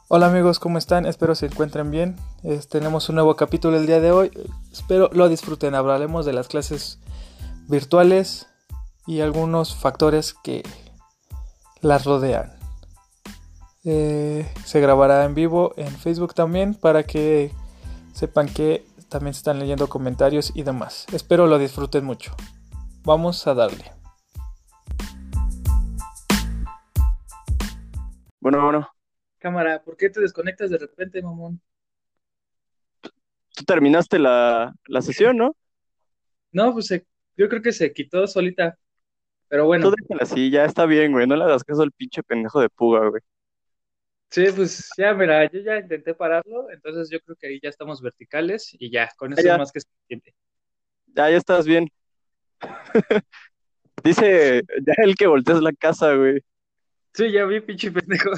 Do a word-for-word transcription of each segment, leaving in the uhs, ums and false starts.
Hola amigos, ¿cómo están? Espero se encuentren bien. Es- tenemos un nuevo capítulo el día de hoy. Espero lo disfruten. Hablaremos de las clases virtuales y algunos factores que las rodean. Eh, se grabará en vivo en Facebook también para que sepan que también se están leyendo comentarios y demás. Espero lo disfruten mucho. Vamos a darle. Bueno, bueno, Cámara, ¿por qué te desconectas de repente, mamón? tú terminaste la, la sesión, ¿no? No, pues se- yo creo que se quitó solita, pero Tú bueno. déjala así, ya está bien, güey. No le hagas caso al pinche pendejo de Puga, güey. Sí, pues ya, mira, yo ya intenté pararlo, entonces yo creo que ahí ya estamos verticales y ya, con Ya, eso es ya, más que suficiente. ya, ya estás bien. Dice ya el que voltees la casa, güey. Sí, ya vi, pinche pendejo.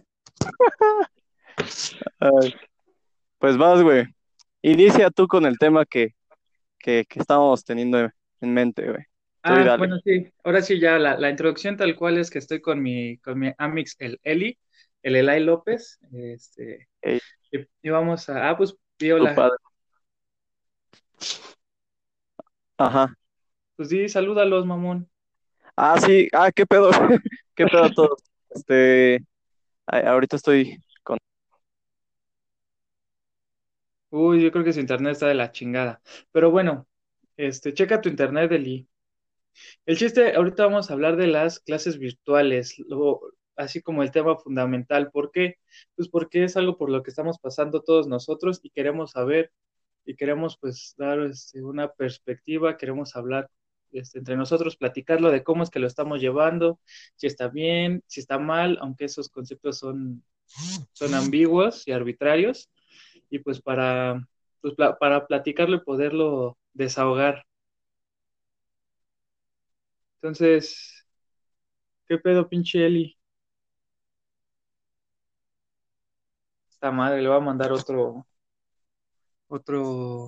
Ay, pues vas, güey. Inicia tú con el tema que, que, que estábamos teniendo en mente, güey. Tú y Ah, dale. bueno, sí, ahora sí ya, la, la introducción tal cual es que estoy con mi, con mi Amix, el Eli, el Elay López, este, Ey, y, y vamos a, ah, pues, tu Viola, padre. Ajá. pues sí, salúdalos, mamón. Ah, sí. Ah, qué pedo. Qué pedo a todos. Este, a- ahorita estoy con. Uy, yo creo que su internet está de la chingada, pero bueno, este, checa tu internet, Eli. El chiste, ahorita vamos a hablar de las clases virtuales, lo- así como el tema fundamental. ¿Por qué? Pues porque es algo por lo que estamos pasando todos nosotros y queremos saber y queremos pues dar este, una perspectiva, queremos hablar este, entre nosotros, platicarlo de cómo es que lo estamos llevando, si está bien, si está mal, aunque esos conceptos son, son ambiguos y arbitrarios, y pues para, pues, pla- para platicarlo y poderlo desahogar. Entonces, ¿qué pedo, pinche Eli? Esta madre, le va a mandar otro, otro.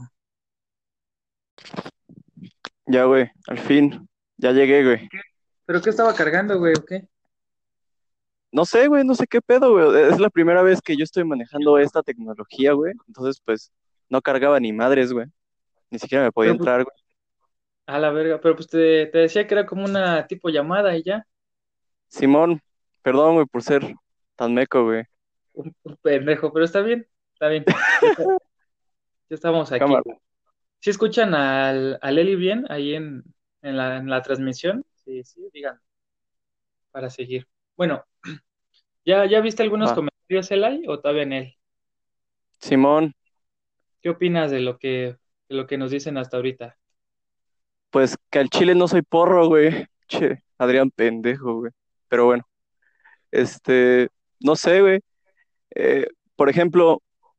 Ya, güey. Al fin. Ya llegué, güey. ¿Pero qué estaba cargando, güey, o qué? No sé, güey, no sé qué pedo, güey. Es la primera vez que yo estoy manejando esta tecnología, güey. Entonces, pues, no cargaba ni madres, güey. Ni siquiera me podía Pero pues, entrar, güey. a la verga, pero pues te, te decía que era como una tipo llamada y ya. Simón, perdón, güey, por ser tan meco, güey. Un, un pendejo, pero está bien, está bien. Ya, está- ya estamos aquí. Cámara. ¿Sí escuchan al, al Eli bien ahí en, en la, en la transmisión? Sí, sí, digan, para seguir. Bueno, ¿ya, ya viste algunos Va. comentarios, Eli, o todavía en él? Simón, ¿Qué opinas de lo que, de lo que nos dicen hasta ahorita? pues que al chile no soy porro, güey. Che, Adrián pendejo, güey. Pero bueno, este, no sé, güey. Eh, por ejemplo,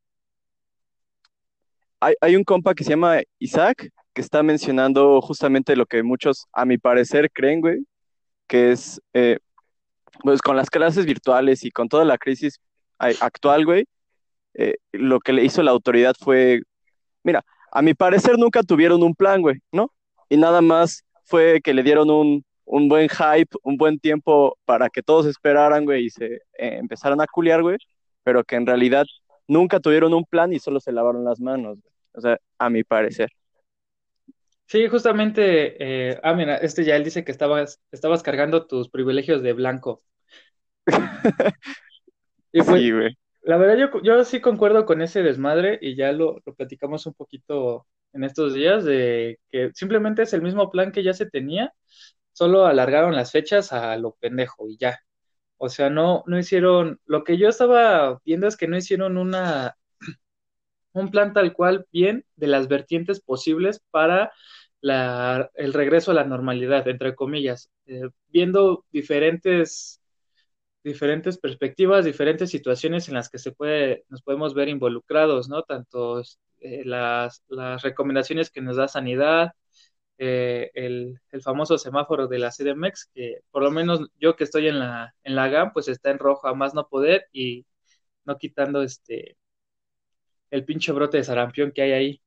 hay, hay un compa que se llama Isaac, que está mencionando justamente lo que muchos, a mi parecer, creen, güey, que es eh, pues con las clases virtuales y con toda la crisis a- actual, güey, eh, lo que le hizo la autoridad fue, mira, a mi parecer nunca tuvieron un plan, güey, ¿no? Y nada más fue que le dieron un, un buen hype, un buen tiempo para que todos esperaran, güey, y se eh, empezaran a culiar, güey, pero que en realidad nunca tuvieron un plan y solo se lavaron las manos, güey. O sea, a mi parecer. Sí, justamente, eh, ah, mira, este ya él dice que estabas, estabas cargando tus privilegios de blanco. Y pues, Sí, güey. la verdad, yo, yo sí concuerdo con ese desmadre y ya lo, lo platicamos un poquito en estos días de que simplemente es el mismo plan que ya se tenía, solo alargaron las fechas a lo pendejo y ya. O sea, no, no hicieron, lo que yo estaba viendo es que no hicieron una, un plan tal cual bien de las vertientes posibles para la, el regreso a la normalidad, entre comillas, eh, viendo diferentes diferentes perspectivas, diferentes situaciones en las que se puede, nos podemos ver involucrados, ¿no? Tanto eh, las, las recomendaciones que nos da Sanidad, eh, el, el famoso semáforo de la C D M X, que por lo menos yo que estoy en la, en la GAM, pues está en rojo a más no poder y no quitando este el pinche brote de sarampión que hay ahí.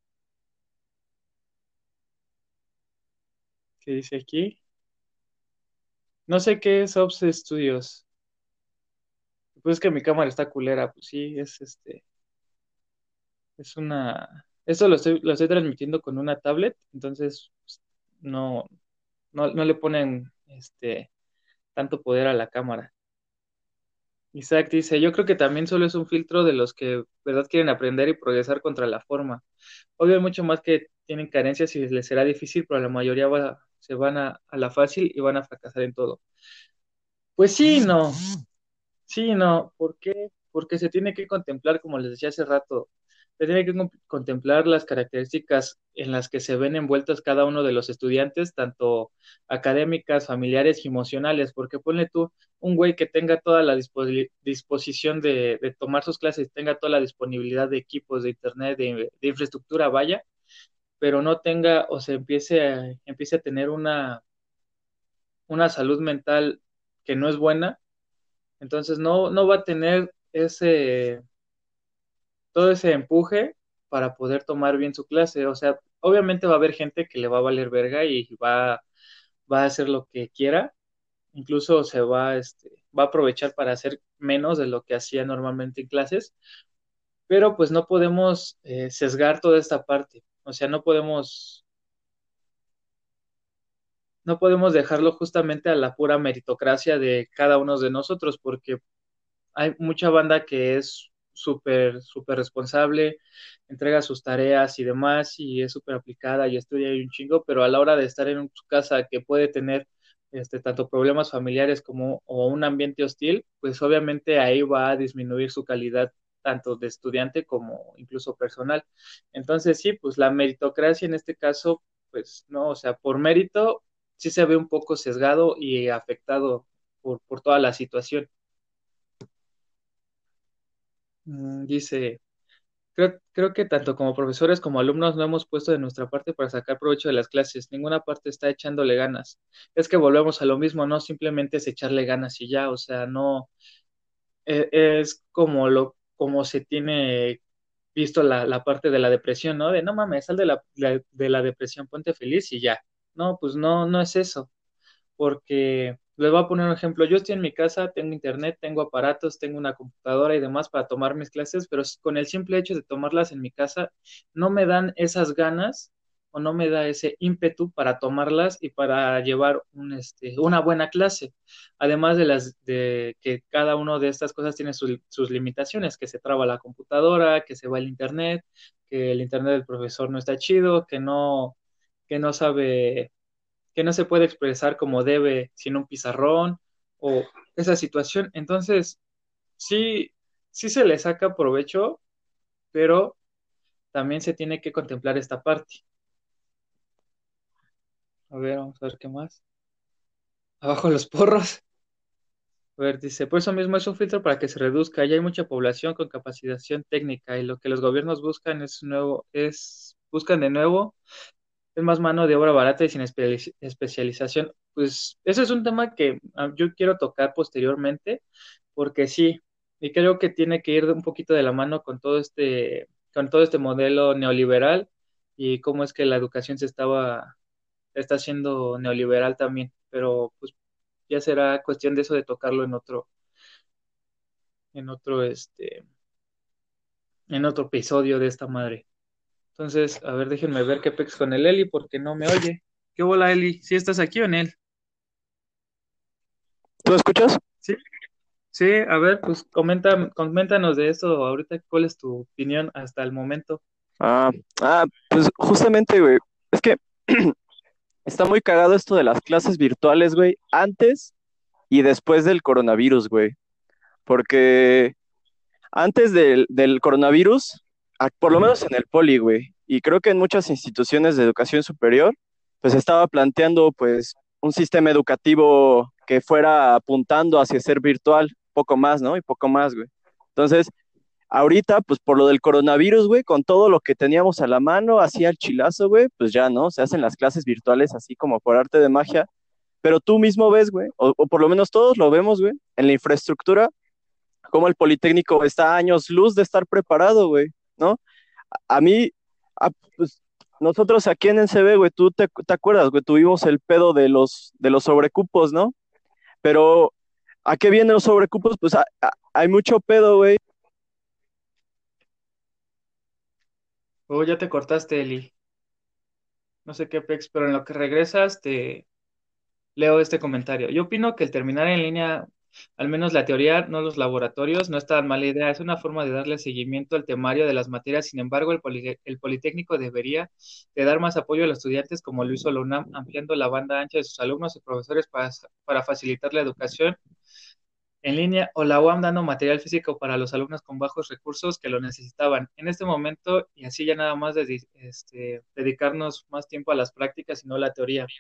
¿Qué dice aquí? No sé qué es Ops Studios. Pues es que mi cámara está culera, pues sí, es este, es una, esto lo estoy, lo estoy transmitiendo con una tablet, entonces pues, no, no, no le ponen este tanto poder a la cámara. Isaac dice, yo creo que también solo es un filtro de los que, ¿verdad?, quieren aprender y progresar contra la forma. Obvio, hay mucho más que tienen carencias y les será difícil, pero la mayoría va- se van a, a la fácil y van a fracasar en todo. Pues sí, no, sí, no. ¿Por qué? Porque se tiene que contemplar, como les decía hace rato, se tiene que con- contemplar las características en las que se ven envueltos cada uno de los estudiantes, tanto académicas, familiares y emocionales, porque ponle tú un güey que tenga toda la dispo- disposición de, de tomar sus clases, tenga toda la disponibilidad de equipos, de internet, de, de infraestructura, vaya, pero no tenga o se empiece a, empiece a tener una, una salud mental que no es buena, entonces no, no va a tener ese, todo ese empuje para poder tomar bien su clase. O sea, obviamente va a haber gente que le va a valer verga y va, va a hacer lo que quiera, incluso se va, este, va a aprovechar para hacer menos de lo que hacía normalmente en clases, pero pues no podemos eh, sesgar toda esta parte. O sea, no podemos, no podemos dejarlo justamente a la pura meritocracia de cada uno de nosotros, porque hay mucha banda que es súper, súper responsable, entrega sus tareas y demás, y es súper aplicada y estudia y un chingo, pero a la hora de estar en su casa que puede tener este, tanto problemas familiares como o un ambiente hostil, pues obviamente ahí va a disminuir su calidad tanto de estudiante como incluso personal. Entonces sí, pues la meritocracia en este caso, pues no, o sea, por mérito sí se ve un poco sesgado y afectado por, por toda la situación. Mm, Dice, creo, creo que tanto como profesores como alumnos no hemos puesto de nuestra parte para sacar provecho de las clases. Ninguna parte está echándole ganas. Es que volvemos a lo mismo, no simplemente es echarle ganas y ya, o sea, no e- es como lo, como se tiene visto la, la parte de la depresión, ¿no? De no mames, sal de la, la- de la depresión, ponte feliz y ya. No, pues no, no es eso porque les voy a poner un ejemplo. Yo estoy en mi casa, tengo internet, tengo aparatos, tengo una computadora y demás para tomar mis clases, pero con el simple hecho de tomarlas en mi casa, no me dan esas ganas o no me da ese ímpetu para tomarlas y para llevar un, este, una buena clase. Además de las de que cada una de estas cosas tiene sus, sus limitaciones, que se traba la computadora, que se va el internet, que el internet del profesor no está chido, que no, que no sabe que no se puede expresar como debe sin un pizarrón o esa situación. Entonces, sí, sí se le saca provecho, pero también se tiene que contemplar esta parte. A ver, vamos a ver qué más. Abajo los porros. A ver, dice, por eso mismo es un filtro para que se reduzca. Ya hay mucha población con capacitación técnica y lo que los gobiernos buscan es nuevo, es, buscan de nuevo es más mano de obra barata y sin espe- especialización. Pues eso es un tema que ah, yo quiero tocar posteriormente, porque sí, y creo que tiene que ir un poquito de la mano con todo este, con todo este modelo neoliberal y cómo es que la educación se estaba, está haciendo neoliberal también, pero pues ya será cuestión de eso de tocarlo en otro, en otro, este, en otro episodio de esta madre. Entonces, a ver, déjenme ver qué pex con el Eli porque no me oye. ¿Qué bola, Eli? ¿Sí estás aquí o en él? ¿Tú escuchas? Sí, sí, a ver, pues comenta, coméntanos de eso ahorita, ¿cuál es tu opinión hasta el momento? Ah, ah, pues justamente, güey, es que está muy cagado esto de las clases virtuales, güey, antes y después del coronavirus, güey, porque antes del, del coronavirus, a- por lo menos en el poli, güey, y creo que en muchas instituciones de educación superior, pues estaba planteando, pues, un sistema educativo que fuera apuntando hacia ser virtual, poco más, ¿no? Y poco más, güey. Entonces, ahorita, pues, por lo del coronavirus, güey, con todo lo que teníamos a la mano, así al chilazo, güey, pues ya, ¿no? Se hacen las clases virtuales así como por arte de magia, pero tú mismo ves, güey, o, o por lo menos todos lo vemos, güey, en la infraestructura cómo el Politécnico está a años luz de estar preparado, güey, ¿no? A, a mí, a- pues, nosotros aquí en N C B, güey, tú te, te acuerdas, güey, tuvimos el pedo de los, de los sobrecupos, ¿no? Pero ¿A qué vienen los sobrecupos? Pues a- a- hay mucho pedo, güey. Oh, ya te cortaste, Eli. No sé qué pex, pero en lo que regresas te leo este comentario. Yo opino que el terminar en línea, al menos la teoría, no los laboratorios, no es tan mala idea. Es una forma de darle seguimiento al temario de las materias. Sin embargo, el, poli- el Politécnico debería de dar más apoyo a los estudiantes, como lo hizo la UNAM, ampliando la banda ancha de sus alumnos y profesores para, para facilitar la educación en línea, o la U A M dando material físico para los alumnos con bajos recursos que lo necesitaban en este momento, y así ya nada más de, este, dedicarnos más tiempo a las prácticas y no a la teoría.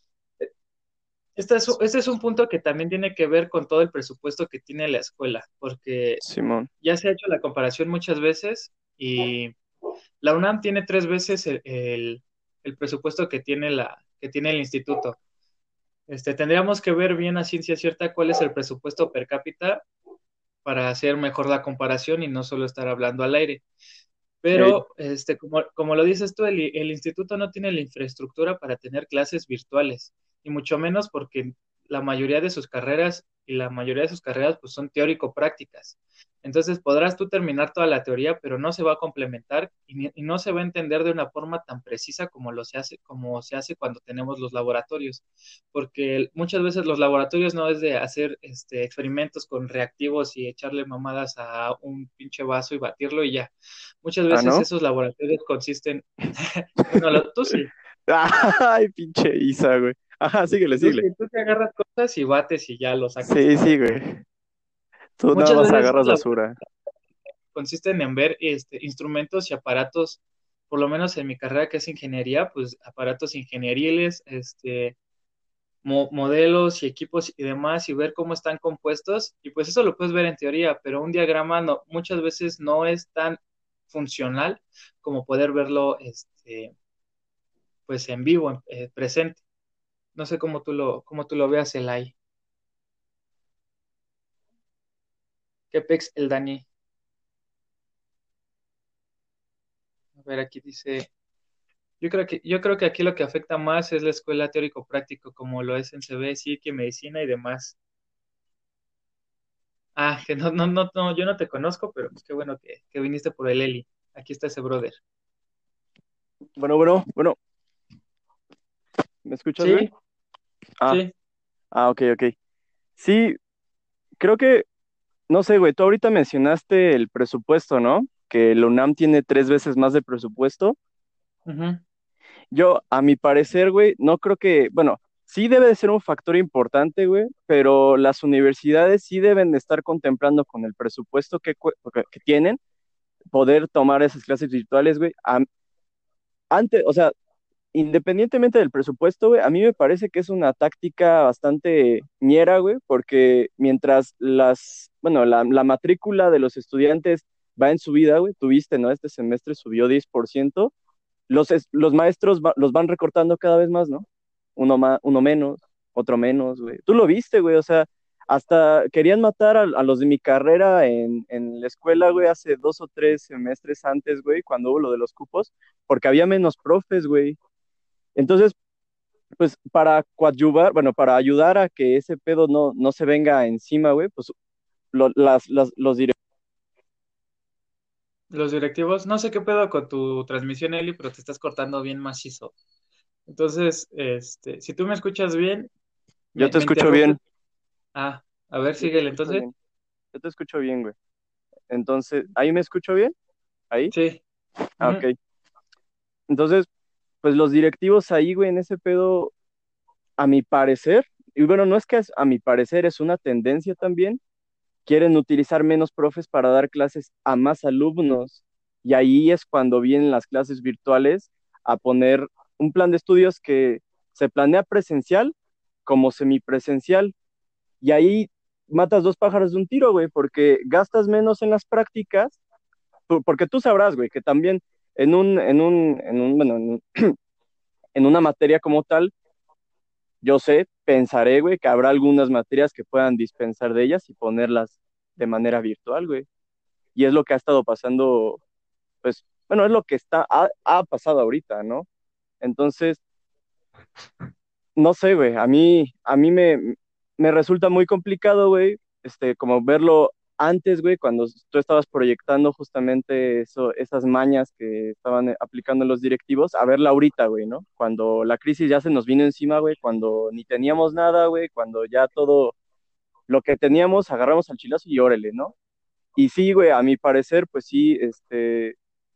Este es, este es un punto que también tiene que ver con todo el presupuesto que tiene la escuela, porque Simón. ya se ha hecho la comparación muchas veces y la UNAM tiene tres veces el, el, el presupuesto que tiene, la, que tiene el instituto. Este, tendríamos que ver bien a ciencia cierta cuál es el presupuesto per cápita para hacer mejor la comparación y no solo estar hablando al aire. Ey, Pero, este, como, como lo dices tú, el, el instituto no tiene la infraestructura para tener clases virtuales, y mucho menos porque la mayoría de sus carreras y la mayoría de sus carreras pues son teórico-prácticas. Entonces podrás tú terminar toda la teoría, pero no se va a complementar y, y no se va a entender de una forma tan precisa como lo se hace, como se hace cuando tenemos los laboratorios, porque muchas veces los laboratorios no es de hacer este, experimentos con reactivos y echarle mamadas a un pinche vaso y batirlo y ya. Muchas ah, veces ¿no? esos laboratorios consisten, bueno, lo- tú sí, Ay, pinche Isa, güey. Ajá, síguele, tú síguele. sí, tú te agarras cosas y bates y ya lo sacas Sí, todo. sí, güey. Tú nada Muchas más veces esos agarras laboratorios basura. consisten en ver este, instrumentos y aparatos, por lo menos en mi carrera que es ingeniería, pues aparatos ingenieriles, este, mo- modelos y equipos y demás, y ver cómo están compuestos, y pues eso lo puedes ver en teoría, pero un diagrama no, muchas veces no es tan funcional como poder verlo este, pues en vivo, en, eh, presente. No sé cómo tú lo, cómo tú lo veas, Elay. ¿Qué pex el Dani? A ver, aquí dice, yo creo que, yo creo que aquí lo que afecta más es la escuela teórico-práctico, como lo es en C B, psique, medicina y demás. Ah, que no, no, no, no, yo no te conozco, pero pues qué bueno que, que viniste por el Eli. Aquí está ese brother. Bueno, bueno, bueno, ¿me escuchas, güey? Sí, Ah, sí. ah, ok, ok. Sí, creo que, no sé, güey, tú ahorita mencionaste el presupuesto, ¿no? Que la UNAM tiene tres veces más de presupuesto. Ujú. Yo, a mi parecer, güey, no creo que, bueno, sí debe de ser un factor importante, güey, pero las universidades sí deben de estar contemplando con el presupuesto que, cue- que, que tienen, poder tomar esas clases virtuales, güey. Am- Antes, o sea, independientemente del presupuesto, güey, a mí me parece que es una táctica bastante ñera, güey, porque mientras las, bueno, la, la matrícula de los estudiantes va en subida, güey, tuviste, ¿no? Este semestre subió diez por ciento, los, es- los maestros va- los van recortando cada vez más, ¿no? Uno más, uno menos, otro menos, güey. Tú lo viste, güey, o sea, hasta querían matar a, a los de mi carrera en, en la escuela, güey, hace dos o tres semestres antes, güey, cuando hubo lo de los cupos, porque había menos profes, güey. Entonces, pues para coadyuvar, bueno, para ayudar a que ese pedo no, no se venga encima, güey, pues lo- las, las- los directivos. Los directivos, no sé qué pedo con tu transmisión, Eli, pero te estás cortando bien macizo. Entonces, este, si tú me escuchas bien, Yo me, te me escucho interrumpes. bien, Ah, a ver, yo te síguele escucho entonces. bien, yo te escucho bien, güey. Entonces, ¿ahí me escucho bien? ¿Ahí? Sí. Ah, Ujú. ok. Entonces, pues los directivos ahí, güey, en ese pedo, a mi parecer, y bueno, no es que es- a mi parecer es una tendencia también, quieren utilizar menos profes para dar clases a más alumnos. Y ahí es cuando vienen las clases virtuales a poner un plan de estudios que se planea presencial como semipresencial. Y ahí matas dos pájaros de un tiro, güey, porque gastas menos en las prácticas, tú- porque tú sabrás, güey, que también en un, en un, en un, bueno, en, un- en una materia como tal, yo sé, pensaré, güey, que habrá algunas materias que puedan dispensar de ellas y ponerlas de manera virtual, güey. Y es lo que ha estado pasando, pues, bueno, es lo que está, ha, ha pasado ahorita, ¿no? Entonces, no sé, güey, a mí, a mí me, me resulta muy complicado, güey, este, como verlo antes, güey, cuando tú estabas proyectando justamente eso, esas mañas que estaban eh, aplicando los directivos, a verla ahorita, güey, ¿no? Cuando la crisis ya se nos vino encima, güey, cuando ni teníamos nada, güey, cuando ya todo lo que teníamos agarramos al chilazo y órale, ¿no? Y sí, güey, a mi parecer, pues sí, este,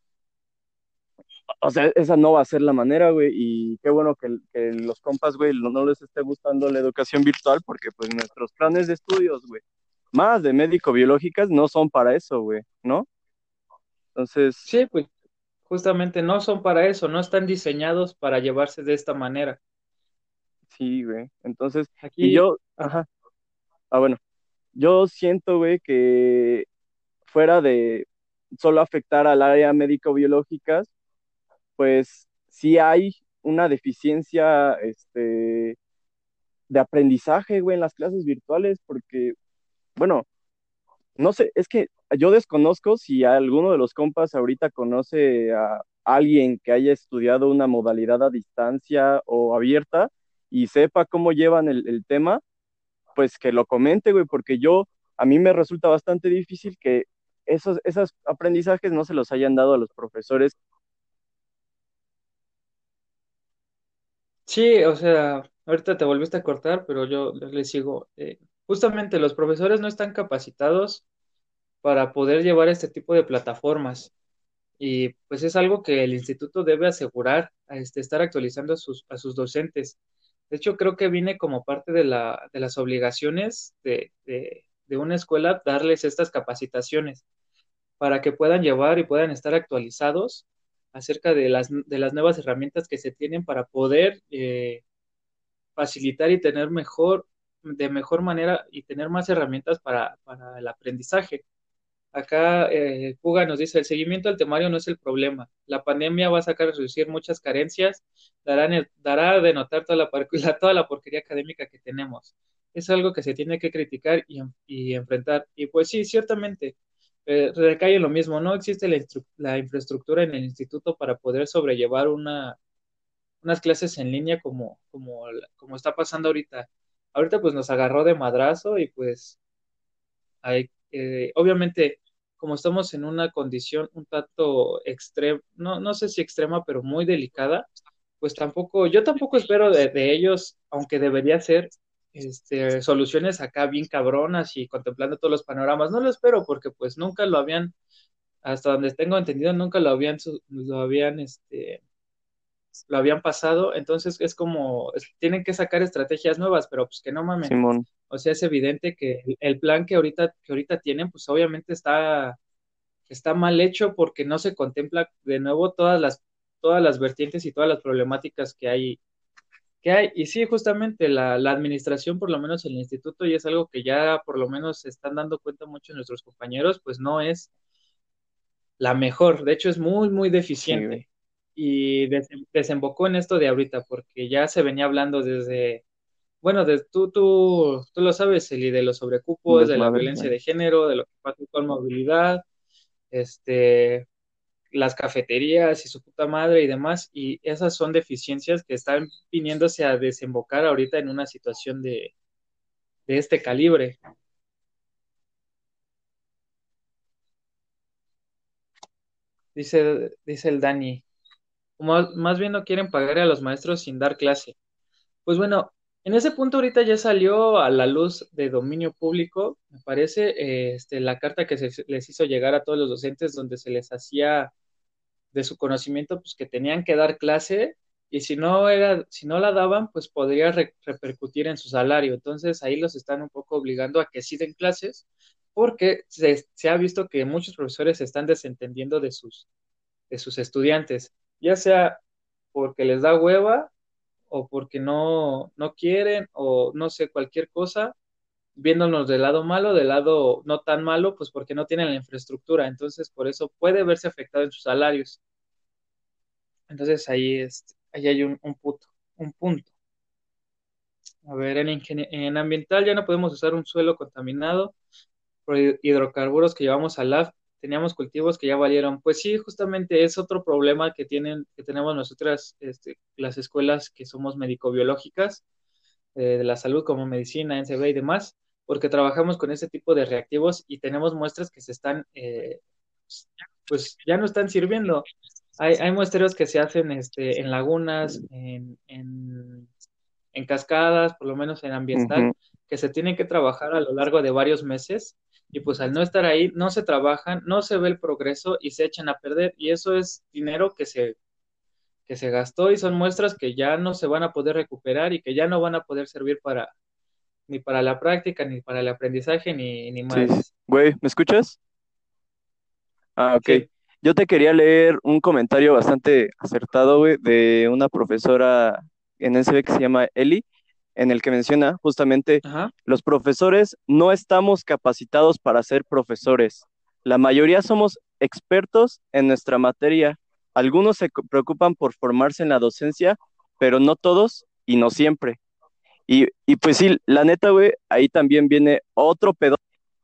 o sea, esa no va a ser la manera, güey, y qué bueno que, que los compas, güey, no, no les esté gustando la educación virtual, porque pues nuestros planes de estudios, güey, más de médico-biológicas, no son para eso, güey, ¿no? Entonces, Sí, pues justamente no son para eso, no están diseñados para llevarse de esta manera. sí, güey, entonces, y Aquí, yo, ah, ajá, ah, bueno, yo siento, güey, que fuera de solo afectar al área médico-biológicas, pues sí hay una deficiencia, este, de aprendizaje, güey, en las clases virtuales, porque, bueno, no sé, es que yo desconozco si alguno de los compas ahorita conoce a alguien que haya estudiado una modalidad a distancia o abierta y sepa cómo llevan el, el tema, pues que lo comente, güey, porque yo, a mí me resulta bastante difícil que esos, esos aprendizajes no se los hayan dado a los profesores. sí, o sea, ahorita te volviste a cortar, pero yo les sigo. Eh, justamente los profesores no están capacitados para poder llevar este tipo de plataformas. Y pues es algo que el instituto debe asegurar, a este, estar actualizando a sus, a sus docentes. De hecho, creo que viene como parte de la, de las obligaciones de, de, de una escuela darles estas capacitaciones para que puedan llevar y puedan estar actualizados acerca de las, de las nuevas herramientas que se tienen para poder eh, facilitar y tener mejor, de mejor manera y tener más herramientas para, para el aprendizaje. Acá eh, Puga nos dice, el seguimiento al temario no es el problema. La pandemia va a sacar a reducir muchas carencias, dará, ne- dará de notar toda la, par- la- toda la porquería académica que tenemos. Es algo que se tiene que criticar y, en- y enfrentar. Y pues sí, ciertamente, eh, recae en lo mismo. No existe la, instru- la infraestructura en el instituto para poder sobrellevar una, unas clases en línea como, como, la- como está pasando ahorita. Ahorita pues nos agarró de madrazo y pues hay, eh, obviamente, como estamos en una condición un tanto extrema, no, no sé si extrema, pero muy delicada, pues tampoco, yo tampoco espero de, de ellos, aunque debería ser, este, soluciones acá bien cabronas y contemplando todos los panoramas. No lo espero porque pues nunca lo habían, hasta donde tengo entendido, nunca lo habían, su- lo habían, este, lo habían pasado, entonces es como, es- tienen que sacar estrategias nuevas, pero pues que no mamen. Simón, O sea, es evidente que el plan que ahorita, que ahorita tienen, pues obviamente está, está mal hecho porque no se contempla de nuevo todas las, todas las vertientes y todas las problemáticas que hay, que hay. Y sí, justamente la, la administración, por lo menos en el instituto, y es algo que ya por lo menos se están dando cuenta muchos nuestros compañeros, pues no es la mejor. De hecho, es muy, muy sí, güey, deficiente. Y des- desembocó en esto de ahorita, porque ya se venía hablando desde, bueno, de, tú, tú, tú lo sabes, Eli, de los un sobrecupos, de la desmadre, violencia güey. de género, de lo que pasa con movilidad, este, las cafeterías y su puta madre y demás, y esas son deficiencias que están viniéndose a desembocar ahorita en una situación de, de este calibre. Dice, dice el Dani, más, más bien no quieren pagar a los maestros sin dar clase. Pues bueno, en ese punto ahorita ya salió a la luz de dominio público, me parece, eh, este, la carta que se les hizo llegar a todos los docentes donde se les hacía de su conocimiento, pues que tenían que dar clase y si no era, si no la daban, pues podría re- repercutir en su salario. Entonces ahí los están un poco obligando a que sí den clases porque se, se ha visto que muchos profesores se están desentendiendo de sus, de sus estudiantes, ya sea porque les da hueva o porque no, no quieren o no sé, cualquier cosa, viéndonos del lado malo, del lado no tan malo, pues porque no tienen la infraestructura, entonces por eso puede verse afectado en sus salarios. Entonces ahí, es, ahí hay un, un, puto, un punto. A ver, en, ingenie- en ambiental ya no podemos usar un suelo contaminado por hidrocarburos que llevamos al L A F, teníamos cultivos que ya valieron. Pues sí, justamente es otro problema que tienen, que tenemos nosotras, este, las escuelas que somos médico-biológicas, eh, de la salud como medicina, N C B y demás, porque trabajamos con ese tipo de reactivos y tenemos muestras que se están, eh, pues ya no están sirviendo. Hay, hay muestreos que se hacen este, en lagunas, en, en, en cascadas, por lo menos en ambiental, Ujú. que se tienen que trabajar a lo largo de varios meses y pues al no estar ahí no se trabajan, no se ve el progreso y se echan a perder y eso es dinero que se, que se gastó y son muestras que ya no se van a poder recuperar y que ya no van a poder servir para ni para la práctica, ni para el aprendizaje, ni, ni Sí, sí. madres. Güey, ¿me escuchas? Ah, ok. Sí, Yo te quería leer un comentario bastante acertado, güey, de una profesora en N S B que se llama Eli, en el que menciona justamente, ajá. los profesores no estamos capacitados para ser profesores. La mayoría somos expertos en nuestra materia. Algunos se co- preocupan por formarse en la docencia, pero no todos y no siempre. Y, y pues sí, la neta, güey, ahí también viene otro pedo.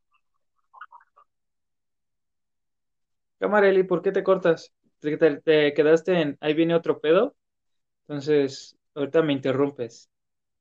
Cámara, Eli, ¿por qué te cortas? Te, te- te quedaste en, ahí viene otro pedo, entonces ahorita me interrumpes.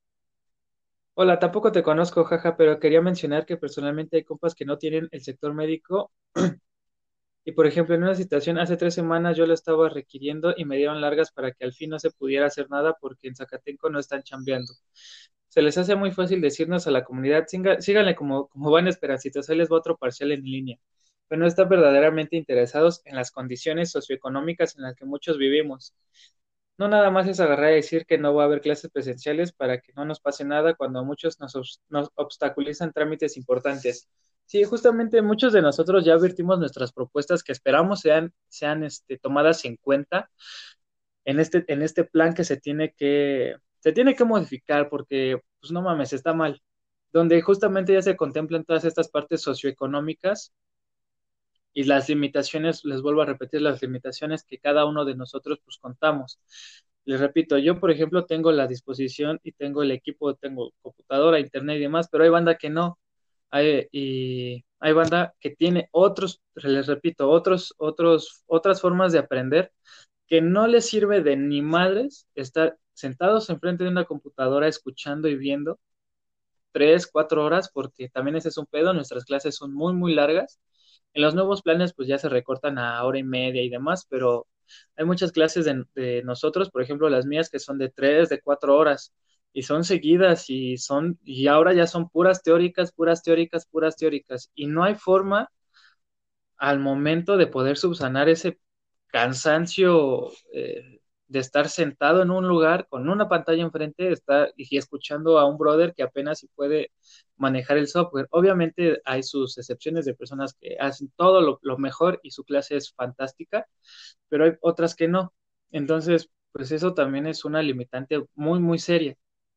Hola, tampoco te conozco, jaja, pero quería mencionar que personalmente hay compas que no tienen el sector médico y, por ejemplo, en una situación hace tres semanas yo lo estaba requiriendo y me dieron largas para que al fin no se pudiera hacer nada porque en Zacatenco no están chambeando. Se les hace muy fácil decirnos a la comunidad, "Siga- síganle como, como van Esperancitos, ahí les va otro parcial en línea", pero no están verdaderamente interesados en las condiciones socioeconómicas en las que muchos vivimos. No nada más es agarrar y decir que no va a haber clases presenciales para que no nos pase nada cuando a muchos nos, obs- nos obstaculizan trámites importantes. Sí, justamente muchos de nosotros ya vertimos nuestras propuestas que esperamos sean, sean este, tomadas en cuenta en este, en este plan que se tiene que, se tiene que modificar porque, pues no mames, está mal. Donde justamente ya se contemplan todas estas partes socioeconómicas y las limitaciones, les vuelvo a repetir, las limitaciones que cada uno de nosotros pues contamos. Les repito, yo por ejemplo tengo la disposición y tengo el equipo, tengo computadora, internet y demás, pero hay banda que no. Hay, y hay banda que tiene otros, les repito, otros, otros, otras formas de aprender que no les sirve de ni madres estar sentados enfrente de una computadora escuchando y viendo tres, cuatro horas, porque también ese es un pedo, nuestras clases son muy, muy largas. En los nuevos planes, pues ya se recortan a hora y media y demás, pero hay muchas clases de, de nosotros, por ejemplo, las mías que son de tres, de cuatro horas, y son seguidas, y son, y ahora ya son puras teóricas, puras teóricas, puras teóricas, y no hay forma al momento de poder subsanar ese cansancio eh, de estar sentado en un lugar con una pantalla enfrente estar, y escuchando a un brother que apenas si puede manejar el software. Obviamente hay sus excepciones de personas que hacen todo lo, lo mejor y su clase es fantástica, pero hay otras que no. Entonces, pues eso también es una limitante muy, muy seria.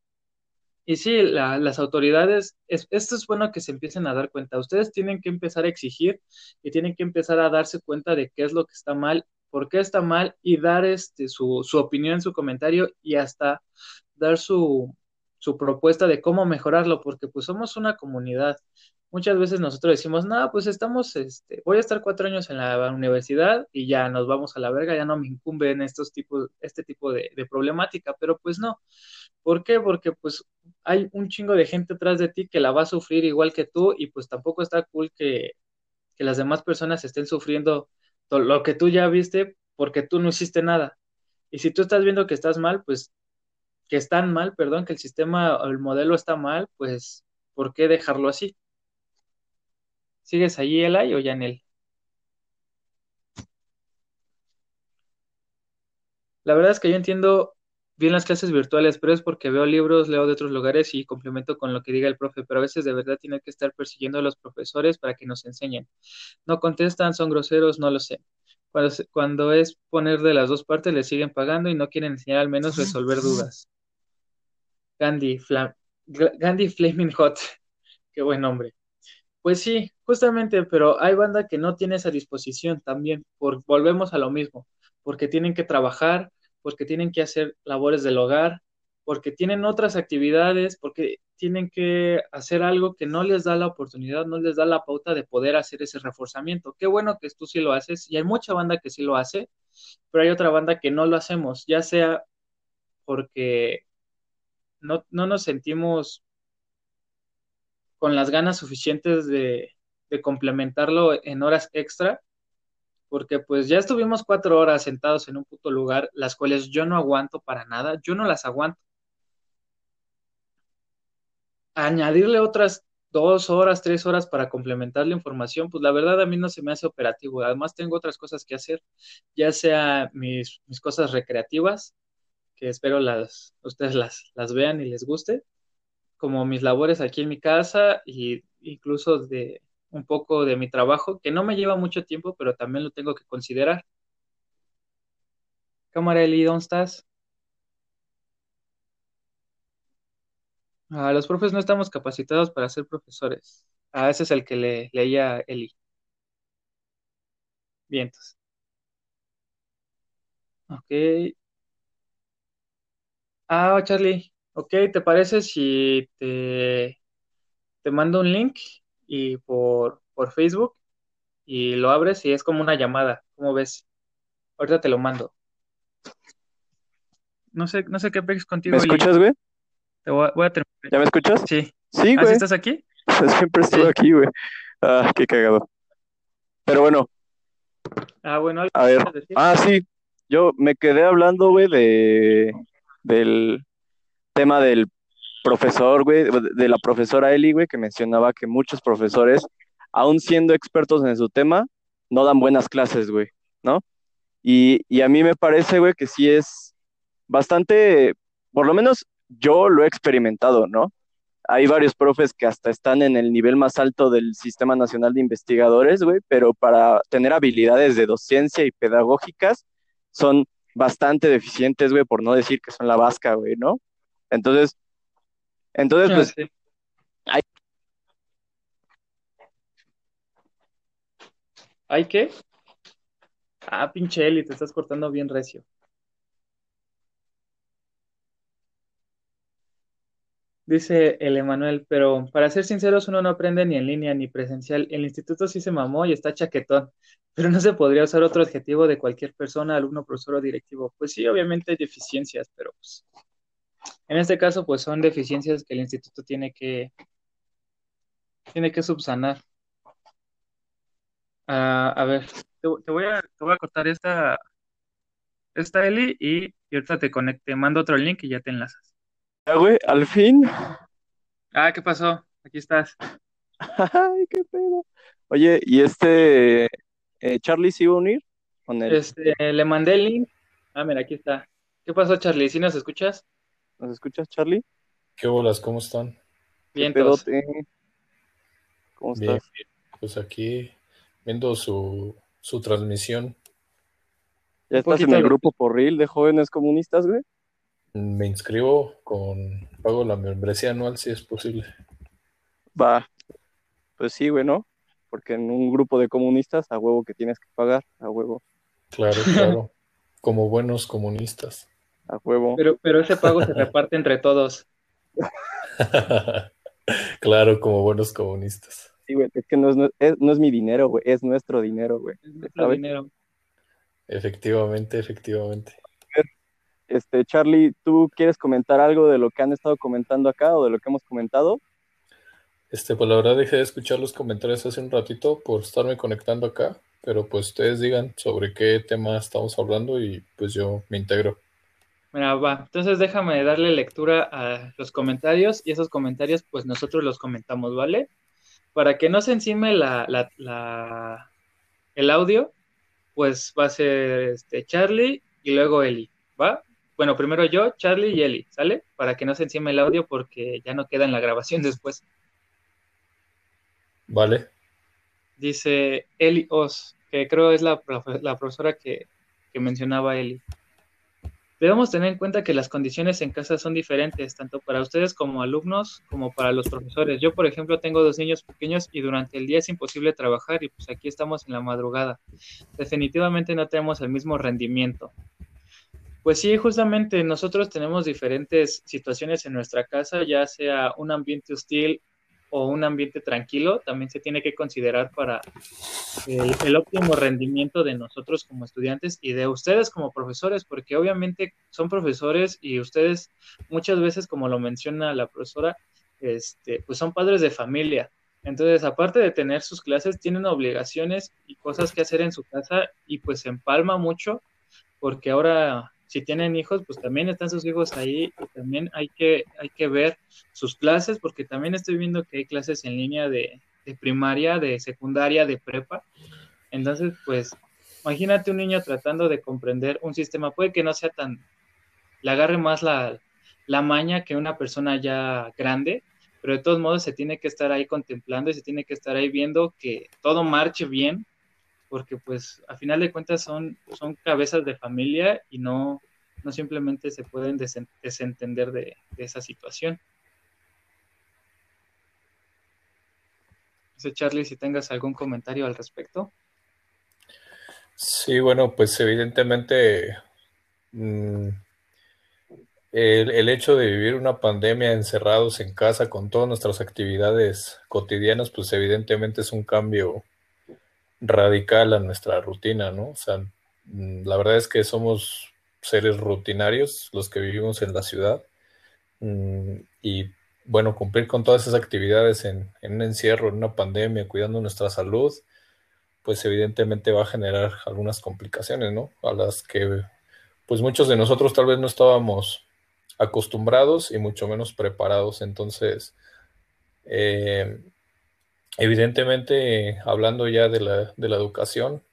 Y sí, la- las autoridades, es- esto es bueno que se empiecen a dar cuenta. Ustedes tienen que empezar a exigir y tienen que empezar a darse cuenta de qué es lo que está mal, por qué está mal y dar este, su, su opinión, su comentario y hasta dar su, su propuesta de cómo mejorarlo, porque pues somos una comunidad. Muchas veces nosotros decimos, no, pues estamos, este, voy a estar cuatro años en la universidad y ya nos vamos a la verga, ya no me incumbe en estos tipos, este tipo de, de problemática, pero pues no. ¿Por qué? Porque pues hay un chingo de gente atrás de ti que la va a sufrir igual que tú y pues tampoco está cool que, que las demás personas estén sufriendo to- lo que tú ya viste porque tú no hiciste nada. Y si tú estás viendo que estás mal, pues que están mal, perdón, que el sistema o el modelo está mal, pues ¿por qué dejarlo así? ¿Sigues allí, Elay o Yanel? La verdad es que yo entiendo bien las clases virtuales, pero es porque veo libros, leo de otros lugares y complemento con lo que diga el profe, pero a veces de verdad tiene que estar persiguiendo a los profesores para que nos enseñen. No contestan, son groseros, no lo sé. Cuando, se- cuando es poner de las dos partes, le siguen pagando y no quieren enseñar al menos resolver dudas. Gandhi, Fla- G- Gandhi Flaming Hot, qué buen nombre. Pues sí, justamente, pero hay banda que no tiene esa disposición también, por, volvemos a lo mismo, porque tienen que trabajar, porque tienen que hacer labores del hogar, porque tienen otras actividades, porque tienen que hacer algo que no les da la oportunidad, no les da la pauta de poder hacer ese reforzamiento. Qué bueno que tú sí lo haces, y hay mucha banda que sí lo hace, pero hay otra banda que no lo hacemos, ya sea porque no, no nos sentimos con las ganas suficientes de, de complementarlo en horas extra, porque pues ya estuvimos cuatro horas sentados en un puto lugar, las cuales yo no aguanto para nada, yo no las aguanto. Añadirle otras dos horas, tres horas para complementar la información, pues la verdad a mí no se me hace operativo. Además tengo otras cosas que hacer, ya sea mis, mis cosas recreativas, que espero las, ustedes las, las vean y les guste, como mis labores aquí en mi casa y incluso de un poco de mi trabajo, que no me lleva mucho tiempo, pero también lo tengo que considerar. Cámara Eli, ¿dónde estás? Ah, los profes no estamos capacitados para ser profesores. Ah, ese es el que le leía Eli. Vientos. Ok. Ah, Charlie. Ok, ¿te parece si te, te mando un link y por, por Facebook y lo abres y es como una llamada? ¿Cómo ves? Ahorita te lo mando. No sé, no sé qué pex ¿Me contigo, Eli. escuchas, güey? Te voy a, voy a terminar. ¿Ya me escuchas? Sí. Sí, ¿Ah, sí güey. estás aquí? Siempre estuve Sí. aquí, güey. Ah, qué cagado. Pero bueno, Ah, bueno, ¿algo a ver. quieres decir? Ah, sí. Yo me quedé hablando, güey, de del tema del profesor, güey, de de la profesora Eli, güey, que mencionaba que muchos profesores, aún siendo expertos en su tema, no dan buenas clases, güey, ¿no? Y, y a mí me parece, güey, que sí es bastante, por lo menos yo lo he experimentado, ¿no? Hay varios profes que hasta están en el nivel más alto del Sistema Nacional de Investigadores, güey, pero para tener habilidades de docencia y pedagógicas son bastante deficientes, güey, por no decir que son la vasca, güey, ¿no? Entonces, entonces, Ah, pues, sí. hay, ¿Hay qué? Ah, pinche Eli, te estás cortando bien recio. Dice el Emanuel, pero para ser sinceros, uno no aprende ni en línea ni presencial. El instituto sí se mamó y está chaquetón, pero no se podría usar otro adjetivo de cualquier persona, alumno, profesor o directivo. Pues sí, obviamente hay deficiencias, pero pues, en este caso, pues son deficiencias que el instituto tiene que, tiene que subsanar. Ah, a ver, te, te voy a, te voy a cortar esta, esta Eli y, y ahorita te conecte, mando otro link y ya te enlazas. güey, al fin. Ah, ¿qué pasó? Aquí estás. Ay, qué pedo. Oye, ¿y este eh, Charlie se iba a unir con él? Este, le mandé el link. Ah, mira, aquí está. ¿Qué pasó, Charlie? ¿Sí nos escuchas? ¿Nos escuchas, Charlie? ¿Qué bolas? ¿Cómo están? ¿Qué Vientos. pedote? ¿Cómo Bien, estás? bien. Pues aquí viendo su, su transmisión. ¿Ya Un estás en poquito el de... grupo porril de jóvenes comunistas, güey? Me inscribo con, pago la membresía anual si es posible. Va, pues sí, güey, ¿no? Porque en un grupo de comunistas, a huevo que tienes que pagar, a huevo, Claro, claro. Como buenos comunistas. a huevo. Pero, pero ese pago se reparte entre todos. Claro, como buenos comunistas. Sí, güey, es que no es, nue- es- no es mi dinero, güey, es nuestro dinero, güey, Es nuestro ¿sabes? dinero. Efectivamente, efectivamente. Este, Charlie, ¿tú quieres comentar algo de lo que han estado comentando acá o de lo que hemos comentado? Este, pues la verdad dejé de escuchar los comentarios hace un ratito por estarme conectando acá, pero pues ustedes digan sobre qué tema estamos hablando y pues yo me integro. Mira, va. Entonces déjame darle lectura a los comentarios y esos comentarios pues nosotros los comentamos, ¿vale? Para que no se encime la, la, la- el audio, pues va a ser este Charlie y luego Eli, ¿va? Bueno, primero yo, Charlie y Eli, ¿sale? Para que no se encime el audio porque ya no queda en la grabación después. ¿Vale? Dice Eli Oz, que creo es la, profe- la profesora que, que mencionaba Eli. Debemos tener en cuenta que las condiciones en casa son diferentes, tanto para ustedes como alumnos, como para los profesores. Yo, por ejemplo, tengo dos niños pequeños y durante el día es imposible trabajar y pues aquí estamos en la madrugada. Definitivamente no tenemos el mismo rendimiento. Pues sí, justamente nosotros tenemos diferentes situaciones en nuestra casa, ya sea un ambiente hostil o un ambiente tranquilo también se tiene que considerar para el, el óptimo rendimiento de nosotros como estudiantes y de ustedes como profesores, porque obviamente son profesores y ustedes muchas veces, como lo menciona la profesora, este, pues son padres de familia. Entonces, aparte de tener sus clases, tienen obligaciones y cosas que hacer en su casa y pues se empalma mucho porque ahora si tienen hijos, pues también están sus hijos ahí y también hay que, hay que ver sus clases, porque también estoy viendo que hay clases en línea de, de primaria, de secundaria, de prepa. Entonces, pues, imagínate un niño tratando de comprender un sistema, puede que no sea tan, le agarre más la, la maña que una persona ya grande, pero de todos modos se tiene que estar ahí contemplando y se tiene que estar ahí viendo que todo marche bien, porque pues a final de cuentas son, son cabezas de familia y no, no simplemente se pueden desen, desentender de, de esa situación. No sé, Charlie, si tengas algún comentario al respecto. Sí, bueno, pues evidentemente mmm, el, el hecho de vivir una pandemia encerrados en casa con todas nuestras actividades cotidianas, pues evidentemente es un cambio radical a nuestra rutina, ¿no? O sea, mm, la verdad es que somos seres rutinarios los que vivimos en la ciudad, mm, y bueno, cumplir con todas esas actividades en, en un encierro, en una pandemia, cuidando nuestra salud, pues evidentemente va a generar algunas complicaciones, ¿no? A las que pues muchos de nosotros tal vez no estábamos acostumbrados y mucho menos preparados. Entonces, eh, evidentemente, hablando ya de la, de la educación,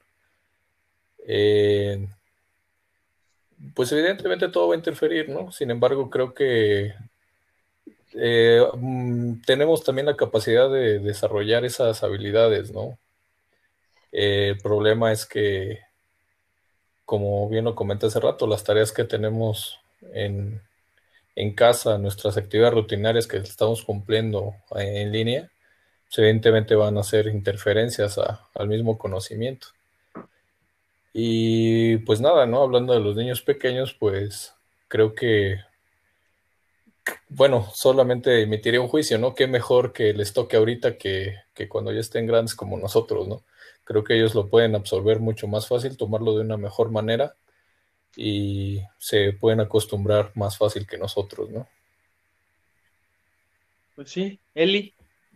eh, pues evidentemente todo va a interferir, ¿no? Sin embargo, creo que eh, mm, tenemos también la capacidad de desarrollar esas habilidades, ¿no? Eh, el problema es que, como bien lo comenté hace rato, las tareas que tenemos en, en casa, nuestras actividades rutinarias que estamos cumpliendo en línea, pues evidentemente van a hacer interferencias a- al mismo conocimiento. Y pues nada, ¿no? Hablando de los niños pequeños, pues creo que, bueno, solamente emitiría un juicio, ¿no? Qué mejor que les toque ahorita que, que cuando ya estén grandes como nosotros, ¿no? Creo que ellos lo pueden absorber mucho más fácil, tomarlo de una mejor manera y se pueden acostumbrar más fácil que nosotros, ¿no? Pues sí, Eli,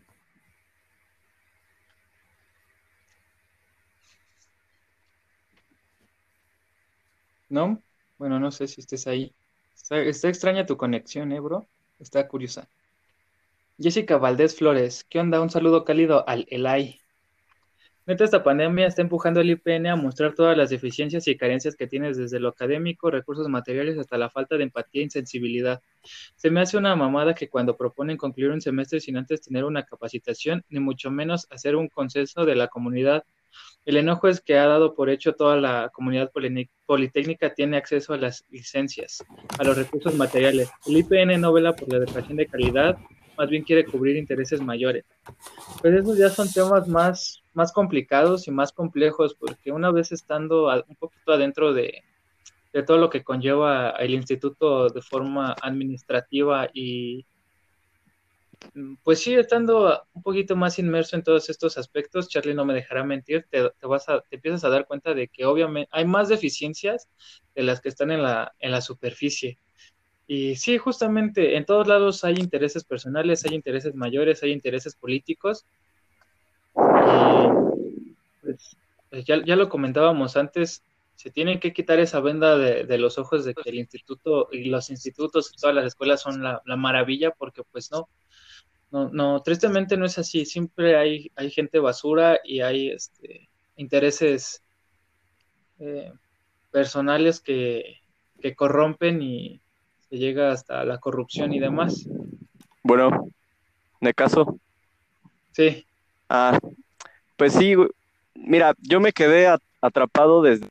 ¿no? Bueno, no sé si estés ahí. Está, está extraña tu conexión, ¿eh, bro? Está curiosa. Jessica Valdés Flores, ¿qué onda? Un saludo cálido al Elai. Neta, esta pandemia está empujando al I P N a mostrar todas las deficiencias y carencias que tienes desde lo académico, recursos materiales, hasta la falta de empatía e insensibilidad. Se me hace una mamada que cuando proponen concluir un semestre sin antes tener una capacitación, ni mucho menos hacer un consenso de la comunidad. El enojo es que ha dado por hecho toda la comunidad politécnica tiene acceso a las licencias, a los recursos materiales. El I P N no vela por la educación de calidad, más bien quiere cubrir intereses mayores. Pues esos ya son temas más, más complicados y más complejos, porque una vez estando a, un poquito adentro de, de todo lo que conlleva el instituto de forma administrativa y pues sí, estando un poquito más inmerso en todos estos aspectos, Charlie no me dejará mentir, te, te vas a, te empiezas a dar cuenta de que obviamente hay más deficiencias de las que están en la, en la superficie. Y sí, justamente en todos lados hay intereses personales, hay intereses mayores, hay intereses políticos. Y pues, pues ya, ya lo comentábamos antes, se tiene que quitar esa venda de, de los ojos de que el instituto y los institutos y todas las escuelas son la, la maravilla, porque pues no, no, no, tristemente no es así, siempre hay, hay gente basura y hay este, intereses eh, personales que, que corrompen y se llega hasta la corrupción y demás. Bueno, de caso. Sí, Ah, pues sí, güey. Mira, yo me quedé a- atrapado desde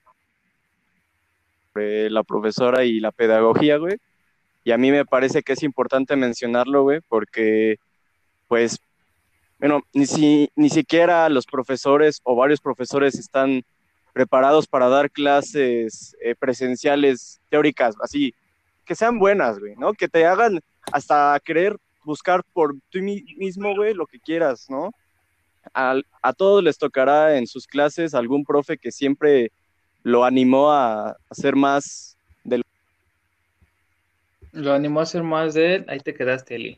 eh, la profesora y la pedagogía, güey. Y a mí me parece que es importante mencionarlo, güey, porque, pues, bueno, ni, si, ni siquiera los profesores o varios profesores están preparados para dar clases eh, presenciales teóricas, así, que sean buenas, güey, ¿no? Que te hagan hasta creer buscar por ti mismo, güey, lo que quieras, ¿no? A, a todos les tocará en sus clases algún profe que siempre lo animó a hacer más de lo... Lo animó a hacer más de él. Ahí te quedaste, Eli.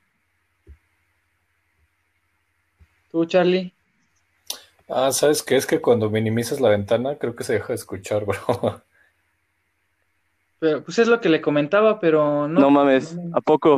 ¿Tú, Charlie? Ah, ¿sabes qué? Es que cuando minimizas la ventana, creo que se deja de escuchar, bro. Pero, pues es lo que le comentaba, pero No no. mames, ¿a poco?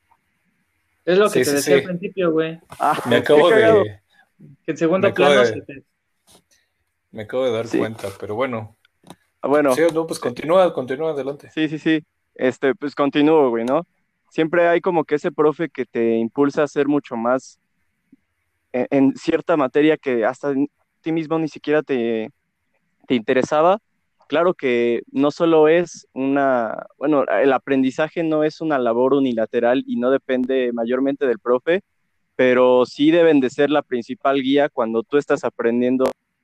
Es lo que Sí, te sí, decía al sí. principio, güey. Ah, Me qué acabo cagado. de, Que en me segundo acabo plano se de, te... me acabo de dar Sí, cuenta, pero bueno. ah, bueno, Sí, no, pues eh, continúa, continúa adelante. sí, sí, sí. Este, pues continúo, güey, ¿no? Siempre hay como que ese profe que te impulsa a hacer mucho más en, en cierta materia que hasta en ti mismo ni siquiera te, te interesaba. Claro que no solo es una, bueno, el aprendizaje no es una labor unilateral y no depende mayormente del profe, pero sí deben de ser la principal guía cuando tú estás aprendiendo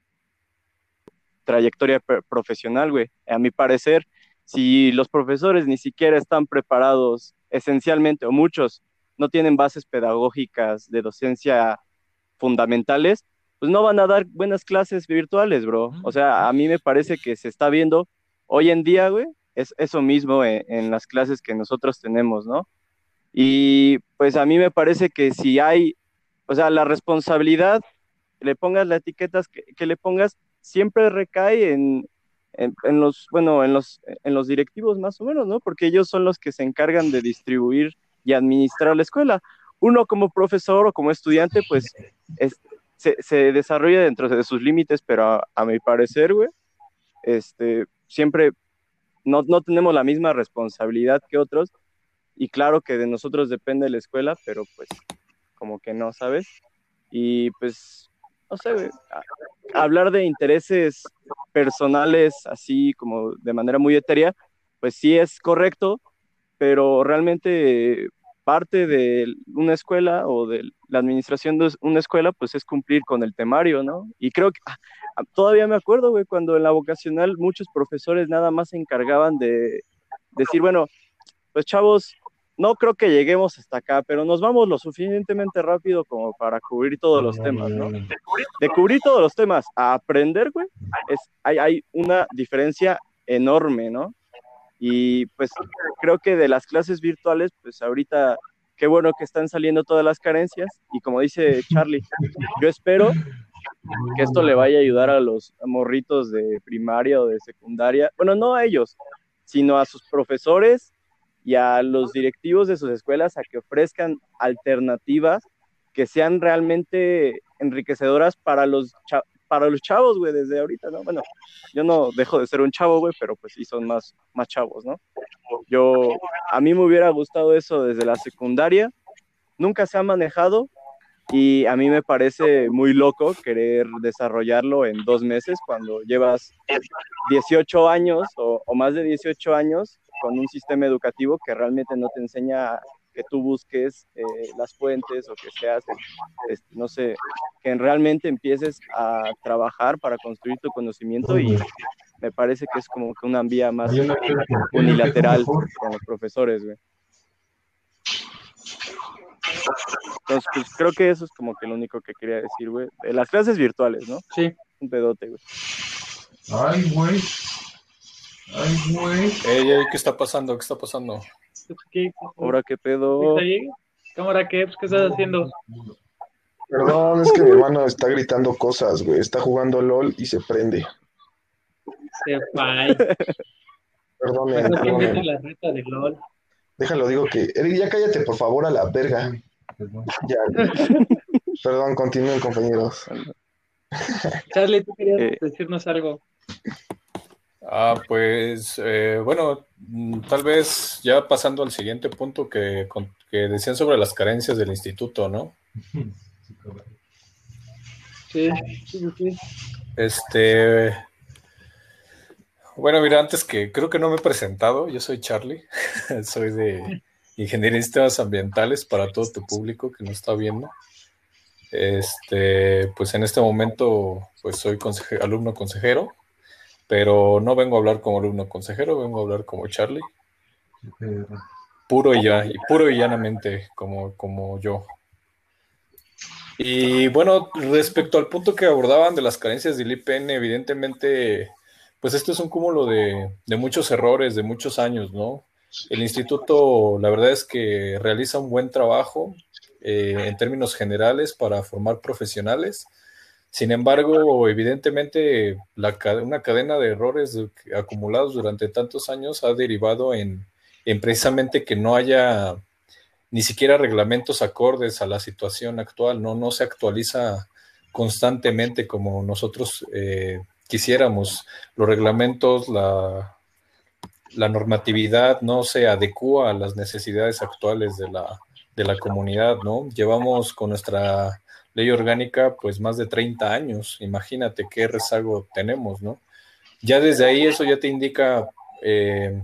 trayectoria profesional, güey. A mi parecer, si los profesores ni siquiera están preparados esencialmente, o muchos no tienen bases pedagógicas de docencia fundamentales, pues no van a dar buenas clases virtuales, bro. O sea, a mí me parece que se está viendo hoy en día, güey, es eso mismo en, en las clases que nosotros tenemos, ¿no? Y pues a mí me parece que si hay, o sea, la responsabilidad, le pongas las etiquetas que, que le pongas, siempre recae en, en, en, los, bueno, en los, en los directivos más o menos, ¿no? Porque ellos son los que se encargan de distribuir y administrar la escuela. Uno como profesor o como estudiante, pues es, se, se, desarrolla dentro de sus límites, pero a, a mi parecer, güey, este, siempre no, no tenemos la misma responsabilidad que otros, y claro que de nosotros depende la escuela, pero pues como que no, ¿sabes? Y pues, no sé, güey, hablar de intereses personales así como de manera muy etérea, pues sí es correcto, pero realmente parte de una escuela o de la administración de una escuela, pues es cumplir con el temario, ¿no? Y creo que ah, todavía me acuerdo, güey, cuando en la vocacional muchos profesores nada más se encargaban de decir, bueno, pues chavos, no creo que lleguemos hasta acá, pero nos vamos lo suficientemente rápido como para cubrir todos los temas, ¿no? De cubrir todos los temas a aprender, güey, es, hay, hay una diferencia enorme, ¿no? Y pues creo que de las clases virtuales, pues ahorita qué bueno que están saliendo todas las carencias y como dice Charlie, yo espero que esto le vaya a ayudar a los morritos de primaria o de secundaria, bueno, no a ellos, sino a sus profesores y a los directivos de sus escuelas a que ofrezcan alternativas que sean realmente enriquecedoras para los, cha para los chavos, güey, desde ahorita, ¿no? Bueno, yo no dejo de ser un chavo, güey, pero pues sí son más, más chavos, ¿no? Yo, a mí me hubiera gustado eso desde la secundaria, nunca se ha manejado y a mí me parece muy loco querer desarrollarlo en dos meses cuando llevas dieciocho años o, o más de dieciocho años con un sistema educativo que realmente no te enseña que tú busques eh, las fuentes o que seas, este, no sé, que realmente empieces a trabajar para construir tu conocimiento y me parece que es como que una vía más unilateral con los profesores, güey. Entonces, pues creo que eso es como que lo único que quería decir, güey. De las clases virtuales, ¿no? Sí. Un pedote, güey. Ay, güey. Ay, güey. Ey, ey, ¿qué está pasando? ¿Qué está pasando? ¿Qué, Ahora, ¿qué pedo? Cámara, ¿qué? Pues, ¿qué estás haciendo? Perdón, es que mi hermano está gritando cosas, güey. Está jugando LOL y se prende. Se fai. Perdonen, ¿Para qué mete perdonen. la reta de LOL? Déjalo, digo que. Eric, ya cállate, por favor, a la verga. Ya, güey. Perdón, continúen, compañeros. Charlie, tú querías Eh, decirnos algo. Ah, pues eh, bueno, mm, tal vez ya pasando al siguiente punto que, con- que decían sobre las carencias del instituto, ¿no? Sí, sí, sí, sí. Este, bueno, mira, antes que creo que no me he presentado, yo soy Charlie, soy de Ingeniería en Sistemas Ambientales para todo tu público que nos está viendo. Este, pues en este momento, pues soy conseje- alumno consejero, pero no vengo a hablar como alumno consejero, vengo a hablar como Charlie. puro y, ya, y puro y llanamente como, como yo. Y bueno, respecto al punto que abordaban de las carencias del I P N, evidentemente, pues esto es un cúmulo de, de muchos errores, de muchos años, ¿no? El instituto, la verdad es que realiza un buen trabajo eh, en términos generales para formar profesionales. Sin embargo, evidentemente, la, una cadena de errores acumulados durante tantos años ha derivado en, en precisamente que no haya ni siquiera reglamentos acordes a la situación actual, no, no se actualiza constantemente como nosotros eh, quisiéramos. Los reglamentos, la, la, normatividad no se adecua a las necesidades actuales de la, de la comunidad, ¿no? Llevamos con nuestra ley orgánica pues más de treinta años, imagínate qué rezago tenemos, ¿no? Ya desde ahí eso ya te indica eh,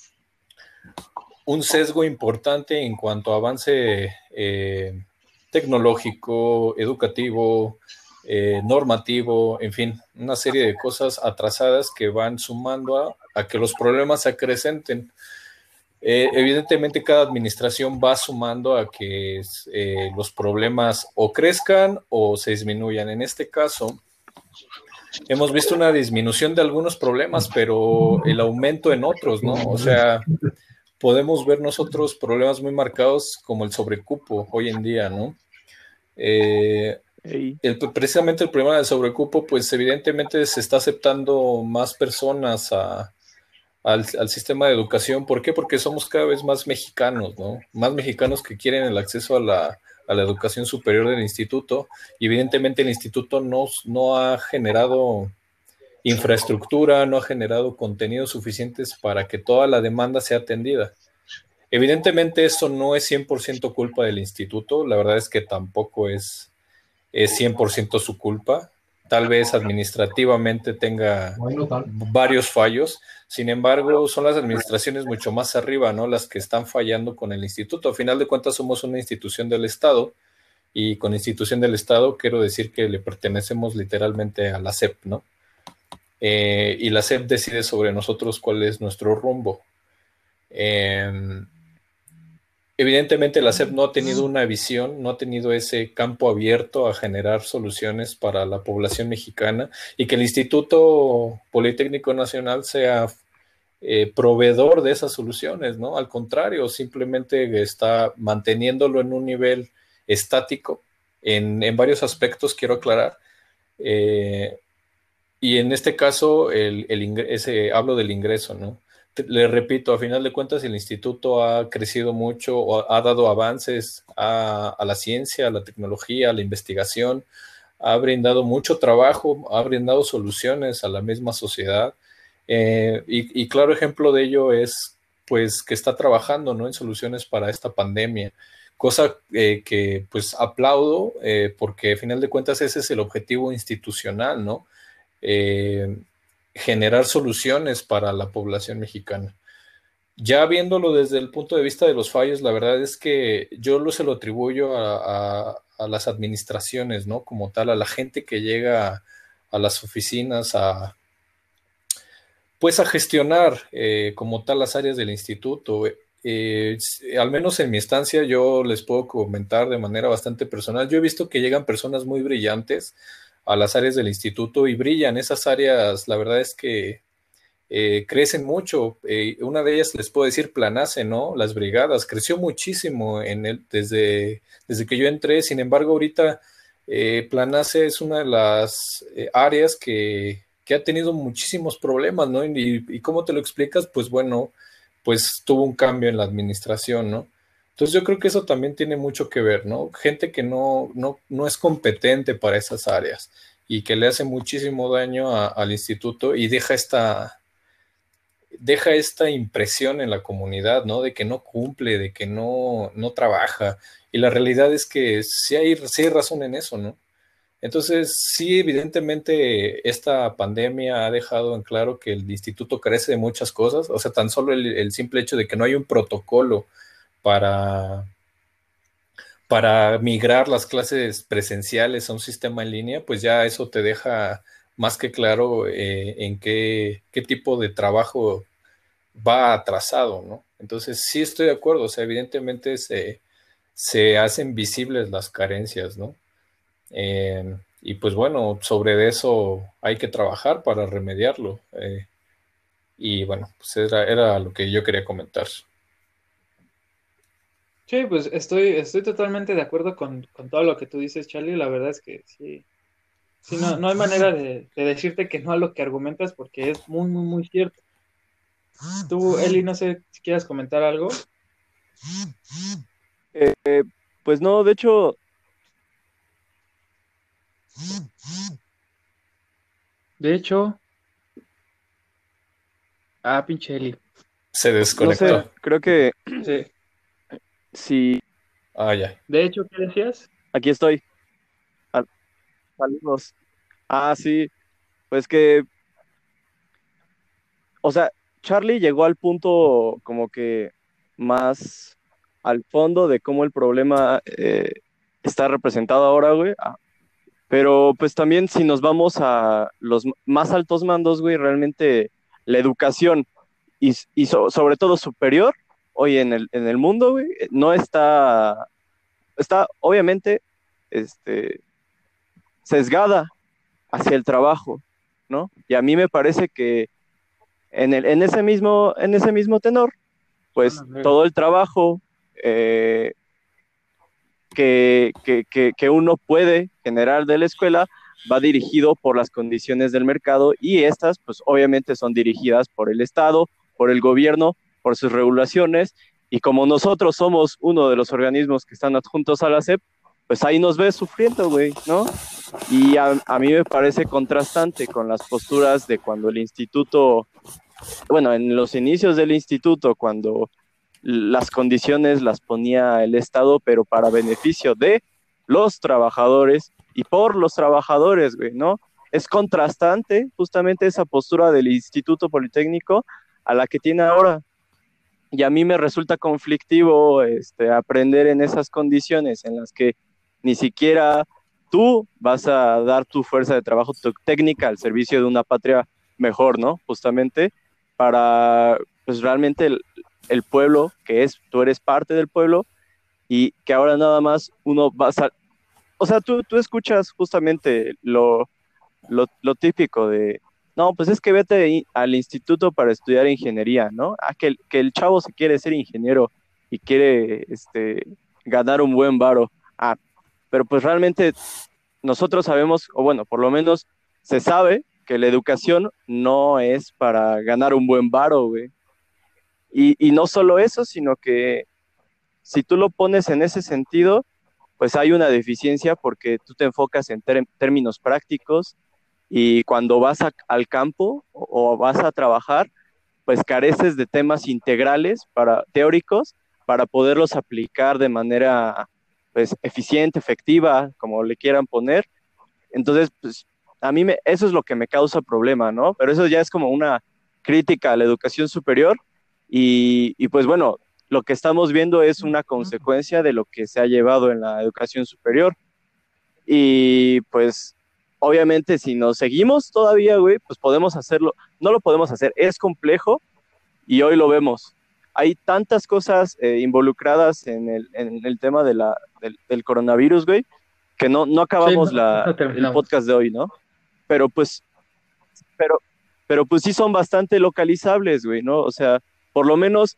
un sesgo importante en cuanto a avance eh, tecnológico, educativo, eh, normativo, en fin, una serie de cosas atrasadas que van sumando a, a que los problemas se acrecenten. Eh, evidentemente cada administración va sumando a que eh, los problemas o crezcan o se disminuyan. En este caso, hemos visto una disminución de algunos problemas, pero el aumento en otros, ¿no? O sea, podemos ver nosotros problemas muy marcados como el sobrecupo hoy en día, ¿no? Eh, el, precisamente el problema del sobrecupo, pues evidentemente se está aceptando más personas a, al, al sistema de educación. ¿Por qué? Porque somos cada vez más mexicanos, ¿no? Más mexicanos que quieren el acceso a la, a la educación superior del instituto. Y evidentemente el instituto no, no ha generado infraestructura, no ha generado contenidos suficientes para que toda la demanda sea atendida. Evidentemente eso no es cien por ciento culpa del instituto, la verdad es que tampoco es, es cien por ciento su culpa, tal vez administrativamente tenga varios fallos, sin embargo son las administraciones mucho más arriba, ¿no? Las que están fallando con el instituto. A final de cuentas somos una institución del Estado y con institución del Estado quiero decir que le pertenecemos literalmente a la S E P, ¿no? Eh, y la S E P decide sobre nosotros cuál es nuestro rumbo. Eh, Evidentemente la S E P no ha tenido una visión, no ha tenido ese campo abierto a generar soluciones para la población mexicana y que el Instituto Politécnico Nacional sea eh, proveedor de esas soluciones, ¿no? Al contrario, simplemente está manteniéndolo en un nivel estático en, en varios aspectos, quiero aclarar. Eh, y en este caso, el, el ese, hablo del ingreso, ¿no? Le repito, a final de cuentas el instituto ha crecido mucho, ha dado avances a, a la ciencia, a la tecnología, a la investigación, ha brindado mucho trabajo, ha brindado soluciones a la misma sociedad. Eh, y, y claro ejemplo de ello es pues que está trabajando, ¿no? En soluciones para esta pandemia, cosa eh, que pues aplaudo eh, porque a final de cuentas ese es el objetivo institucional, ¿no? Eh, generar soluciones para la población mexicana. Ya viéndolo desde el punto de vista de los fallos, la verdad es que yo lo, se lo atribuyo a, a, a las administraciones, ¿no? Como tal, a la gente que llega a, a las oficinas a, pues a gestionar eh, como tal las áreas del instituto. Eh, al menos en mi estancia yo les puedo comentar de manera bastante personal. Yo he visto que llegan personas muy brillantes a las áreas del instituto y brillan. Esas áreas, la verdad es que eh, crecen mucho. Eh, una de ellas les puedo decir Planace, ¿no? Las brigadas, creció muchísimo en el, desde, desde que yo entré. Sin embargo, ahorita eh, Planace es una de las eh, áreas que, que ha tenido muchísimos problemas, ¿no? Y, y ¿cómo te lo explicas? Pues bueno, pues tuvo un cambio en la administración, ¿no? Entonces yo creo que eso también tiene mucho que ver, ¿no? Gente que no, no, no es competente para esas áreas y que le hace muchísimo daño a, al instituto y deja esta, deja esta impresión en la comunidad, ¿no? De que no cumple, de que no, no trabaja. Y la realidad es que sí hay, sí hay razón en eso, ¿no? Entonces, sí, evidentemente esta pandemia ha dejado en claro que el instituto carece de muchas cosas, o sea, tan solo el, el simple hecho de que no hay un protocolo para, para migrar las clases presenciales a un sistema en línea, pues ya eso te deja más que claro eh, en qué, qué tipo de trabajo va atrasado, ¿no? Entonces, sí estoy de acuerdo, o sea, evidentemente se, se hacen visibles las carencias, ¿no? Eh, y pues bueno, sobre eso hay que trabajar para remediarlo. Eh, y bueno, pues era, era lo que yo quería comentar. Sí, pues estoy, estoy totalmente de acuerdo con, con todo lo que tú dices, Charlie. La verdad es que sí, sí, no, no hay manera de, de decirte que no a lo que argumentas porque es muy, muy, muy cierto. Tú, Eli, no sé si quieras comentar algo. Eh, pues no, de hecho, De hecho, ah, pinche Eli. Se no sé, Bueno, desconectó. creo que sí. si Ah, ya. De hecho, ¿qué decías? aquí estoy. Al- Saludos. Ah, sí, pues que, o sea, Charlie llegó al punto como que más al fondo de cómo el problema eh, está representado ahora, güey. Ah, pero pues también si nos vamos a los m- más altos mandos, güey, realmente la educación y, s- y so- sobre todo superior hoy en el, en el mundo, güey, eh, no está, está obviamente este, sesgada hacia el trabajo, ¿no? Y a mí me parece que en, el, en, ese, mismo, en ese mismo tenor, Ah, la pues verga. todo el trabajo eh, que, que, que, que uno puede generar de la escuela va dirigido por las condiciones del mercado y estas, pues obviamente son dirigidas por el Estado, por el gobierno, por sus regulaciones y como nosotros somos uno de los organismos que están adjuntos a la S E P, pues ahí nos ves sufriendo, güey, ¿no? Y a, a mí me parece contrastante con las posturas de cuando el instituto, bueno, en los inicios del instituto, cuando las condiciones las ponía el Estado, pero para beneficio de los trabajadores y por los trabajadores, güey, ¿no? Es contrastante justamente esa postura del Instituto Politécnico a la que tiene ahora. Y a mí me resulta conflictivo este, aprender en esas condiciones en las que ni siquiera tú vas a dar tu fuerza de trabajo, tu técnica al servicio de una patria mejor, ¿no? Justamente para, pues realmente el, el pueblo, que es, tú eres parte del pueblo y que ahora nada más uno va a, o sea, tú, tú escuchas justamente lo, lo, lo típico de, no, pues es que vete al instituto para estudiar ingeniería, ¿no? Ah, que el, que el chavo se quiere ser ingeniero y quiere este, ganar un buen varo. Ah, pero pues realmente nosotros sabemos, o bueno, por lo menos se sabe que la educación no es para ganar un buen varo, güey. Y, y no solo eso, sino que si tú lo pones en ese sentido, pues hay una deficiencia porque tú te enfocas en ter- términos prácticos y cuando vas a- al campo o, o vas a trabajar, pues careces de temas integrales para, teóricos para poderlos aplicar de manera pues, eficiente, efectiva, como le quieran poner. Entonces, pues a mí me, eso es lo que me causa problema, ¿no? Pero eso ya es como una crítica a la educación superior y, y pues bueno, lo que estamos viendo es una consecuencia de lo que se ha llevado en la educación superior. Y pues, obviamente, si nos seguimos todavía, güey, pues podemos hacerlo. No lo podemos hacer, es complejo y hoy lo vemos. Hay tantas cosas eh, involucradas en el, en el tema de la, del, del coronavirus, güey, que no, no Sí, acabamos no, la, no el terminamos. podcast de hoy, ¿no? Pero pues, pero, pero pues sí son bastante localizables, güey, ¿no? O sea, por lo menos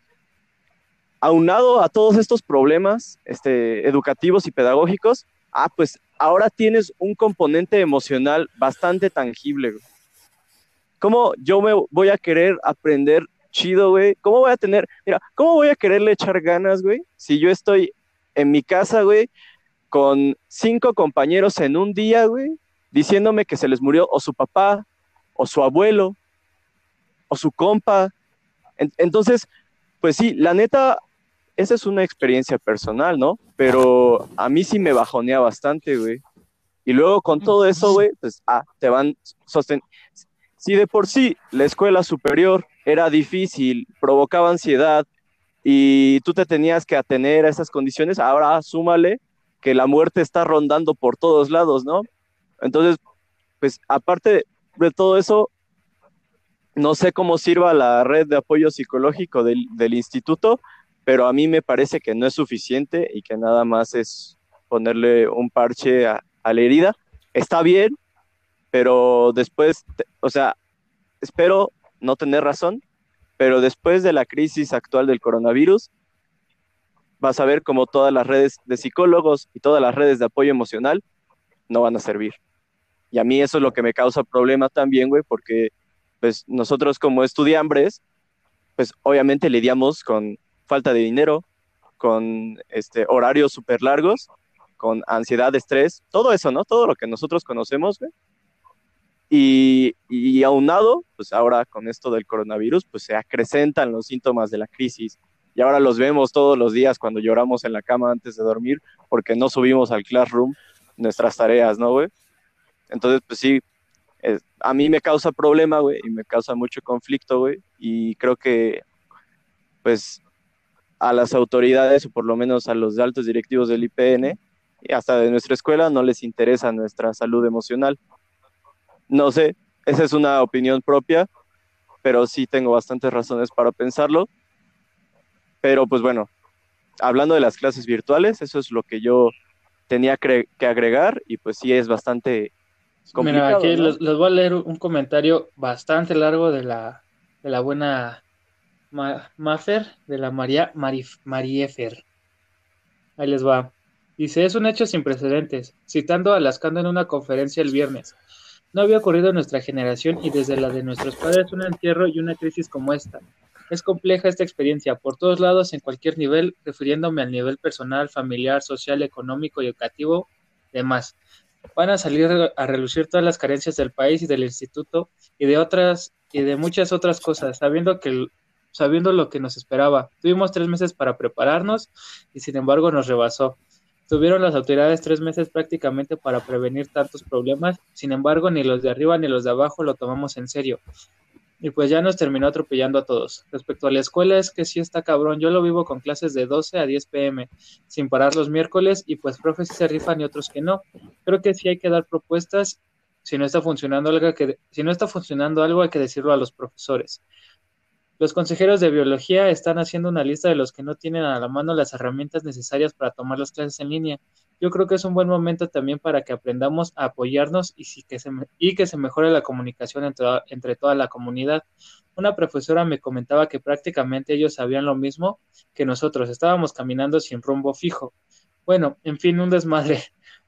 aunado a todos estos problemas este, educativos y pedagógicos, ah, pues ahora tienes un componente emocional bastante tangible, güey. ¿Cómo yo me voy a querer aprender chido, güey? ¿Cómo voy a tener, mira, cómo voy a quererle echar ganas, güey? Si yo estoy en mi casa, güey, con cinco compañeros en un día, güey, diciéndome que se les murió o su papá, o su abuelo, o su compa. En- entonces, pues sí, la neta, esa es una experiencia personal, ¿no? Pero a mí sí me bajonea bastante, güey. Y luego con todo eso, güey, pues, ah, te van sosteniendo. Si de por sí la escuela superior era difícil, provocaba ansiedad y tú te tenías que atener a esas condiciones, ahora súmale que la muerte está rondando por todos lados, ¿no? Entonces, pues aparte de todo eso, No sé cómo sirva la red de apoyo psicológico del, del instituto, pero a mí me parece que no es suficiente y que nada más es ponerle un parche a, a la herida. Está bien, pero después, te- o sea, espero no tener razón, pero después de la crisis actual del coronavirus, vas a ver como todas las redes de psicólogos y todas las redes de apoyo emocional no van a servir. Y a mí eso es lo que me causa problema también, güey, porque pues nosotros como estudiambres, pues obviamente lidiamos con falta de dinero, con este, horarios súper largos, con ansiedad, estrés, todo eso, ¿no? Todo lo que nosotros conocemos, güey. Y, y aunado, pues ahora con esto del coronavirus, pues se acrecentan los síntomas de la crisis. Y ahora los vemos todos los días cuando lloramos en la cama antes de dormir porque no subimos al Classroom nuestras tareas, ¿no, güey? Entonces, pues sí, eh, a mí me causa problema, güey, y me causa mucho conflicto, güey. Y creo que, pues, a las autoridades, o por lo menos a los altos directivos del I P N, y hasta de nuestra escuela, no les interesa nuestra salud emocional. No sé, esa es una opinión propia, pero sí tengo bastantes razones para pensarlo. Pero pues bueno, hablando de las clases virtuales, eso es lo que yo tenía que agregar y pues sí es bastante Mira, complicado, aquí ¿no? les, les voy a leer un comentario bastante largo de la, de la buena Ma- Mafer, de la María Marif, Mariefer. Ahí les va. Dice, es un hecho sin precedentes, citando a Lascano en una conferencia el viernes. No había ocurrido en nuestra generación y desde la de nuestros padres un entierro y una crisis como esta. Es compleja esta experiencia, por todos lados, en cualquier nivel, refiriéndome al nivel personal, familiar, social, económico y educativo, demás. Van a salir a relucir todas las carencias del país y del instituto y de otras y de muchas otras cosas, sabiendo que sabiendo lo que nos esperaba. Tuvimos tres meses para prepararnos y sin embargo nos rebasó. Tuvieron las autoridades tres meses prácticamente para prevenir tantos problemas, sin embargo ni los de arriba ni los de abajo lo tomamos en serio. Y pues ya nos terminó atropellando a todos. Respecto a la escuela, es que sí está cabrón. Yo lo vivo con clases de doce a diez pm, sin parar los miércoles, y pues profes sí se rifan y otros que no. Creo que sí hay que dar propuestas. Si no está funcionando algo, que, si no está funcionando algo, hay que decirlo a los profesores. Los consejeros de biología están haciendo una lista de los que no tienen a la mano las herramientas necesarias para tomar las clases en línea. Yo creo que es un buen momento también para que aprendamos a apoyarnos y, si que, se, y que se mejore la comunicación entre, entre toda la comunidad. Una profesora me comentaba que prácticamente ellos sabían lo mismo que nosotros, estábamos caminando sin rumbo fijo. Bueno, en fin, un desmadre.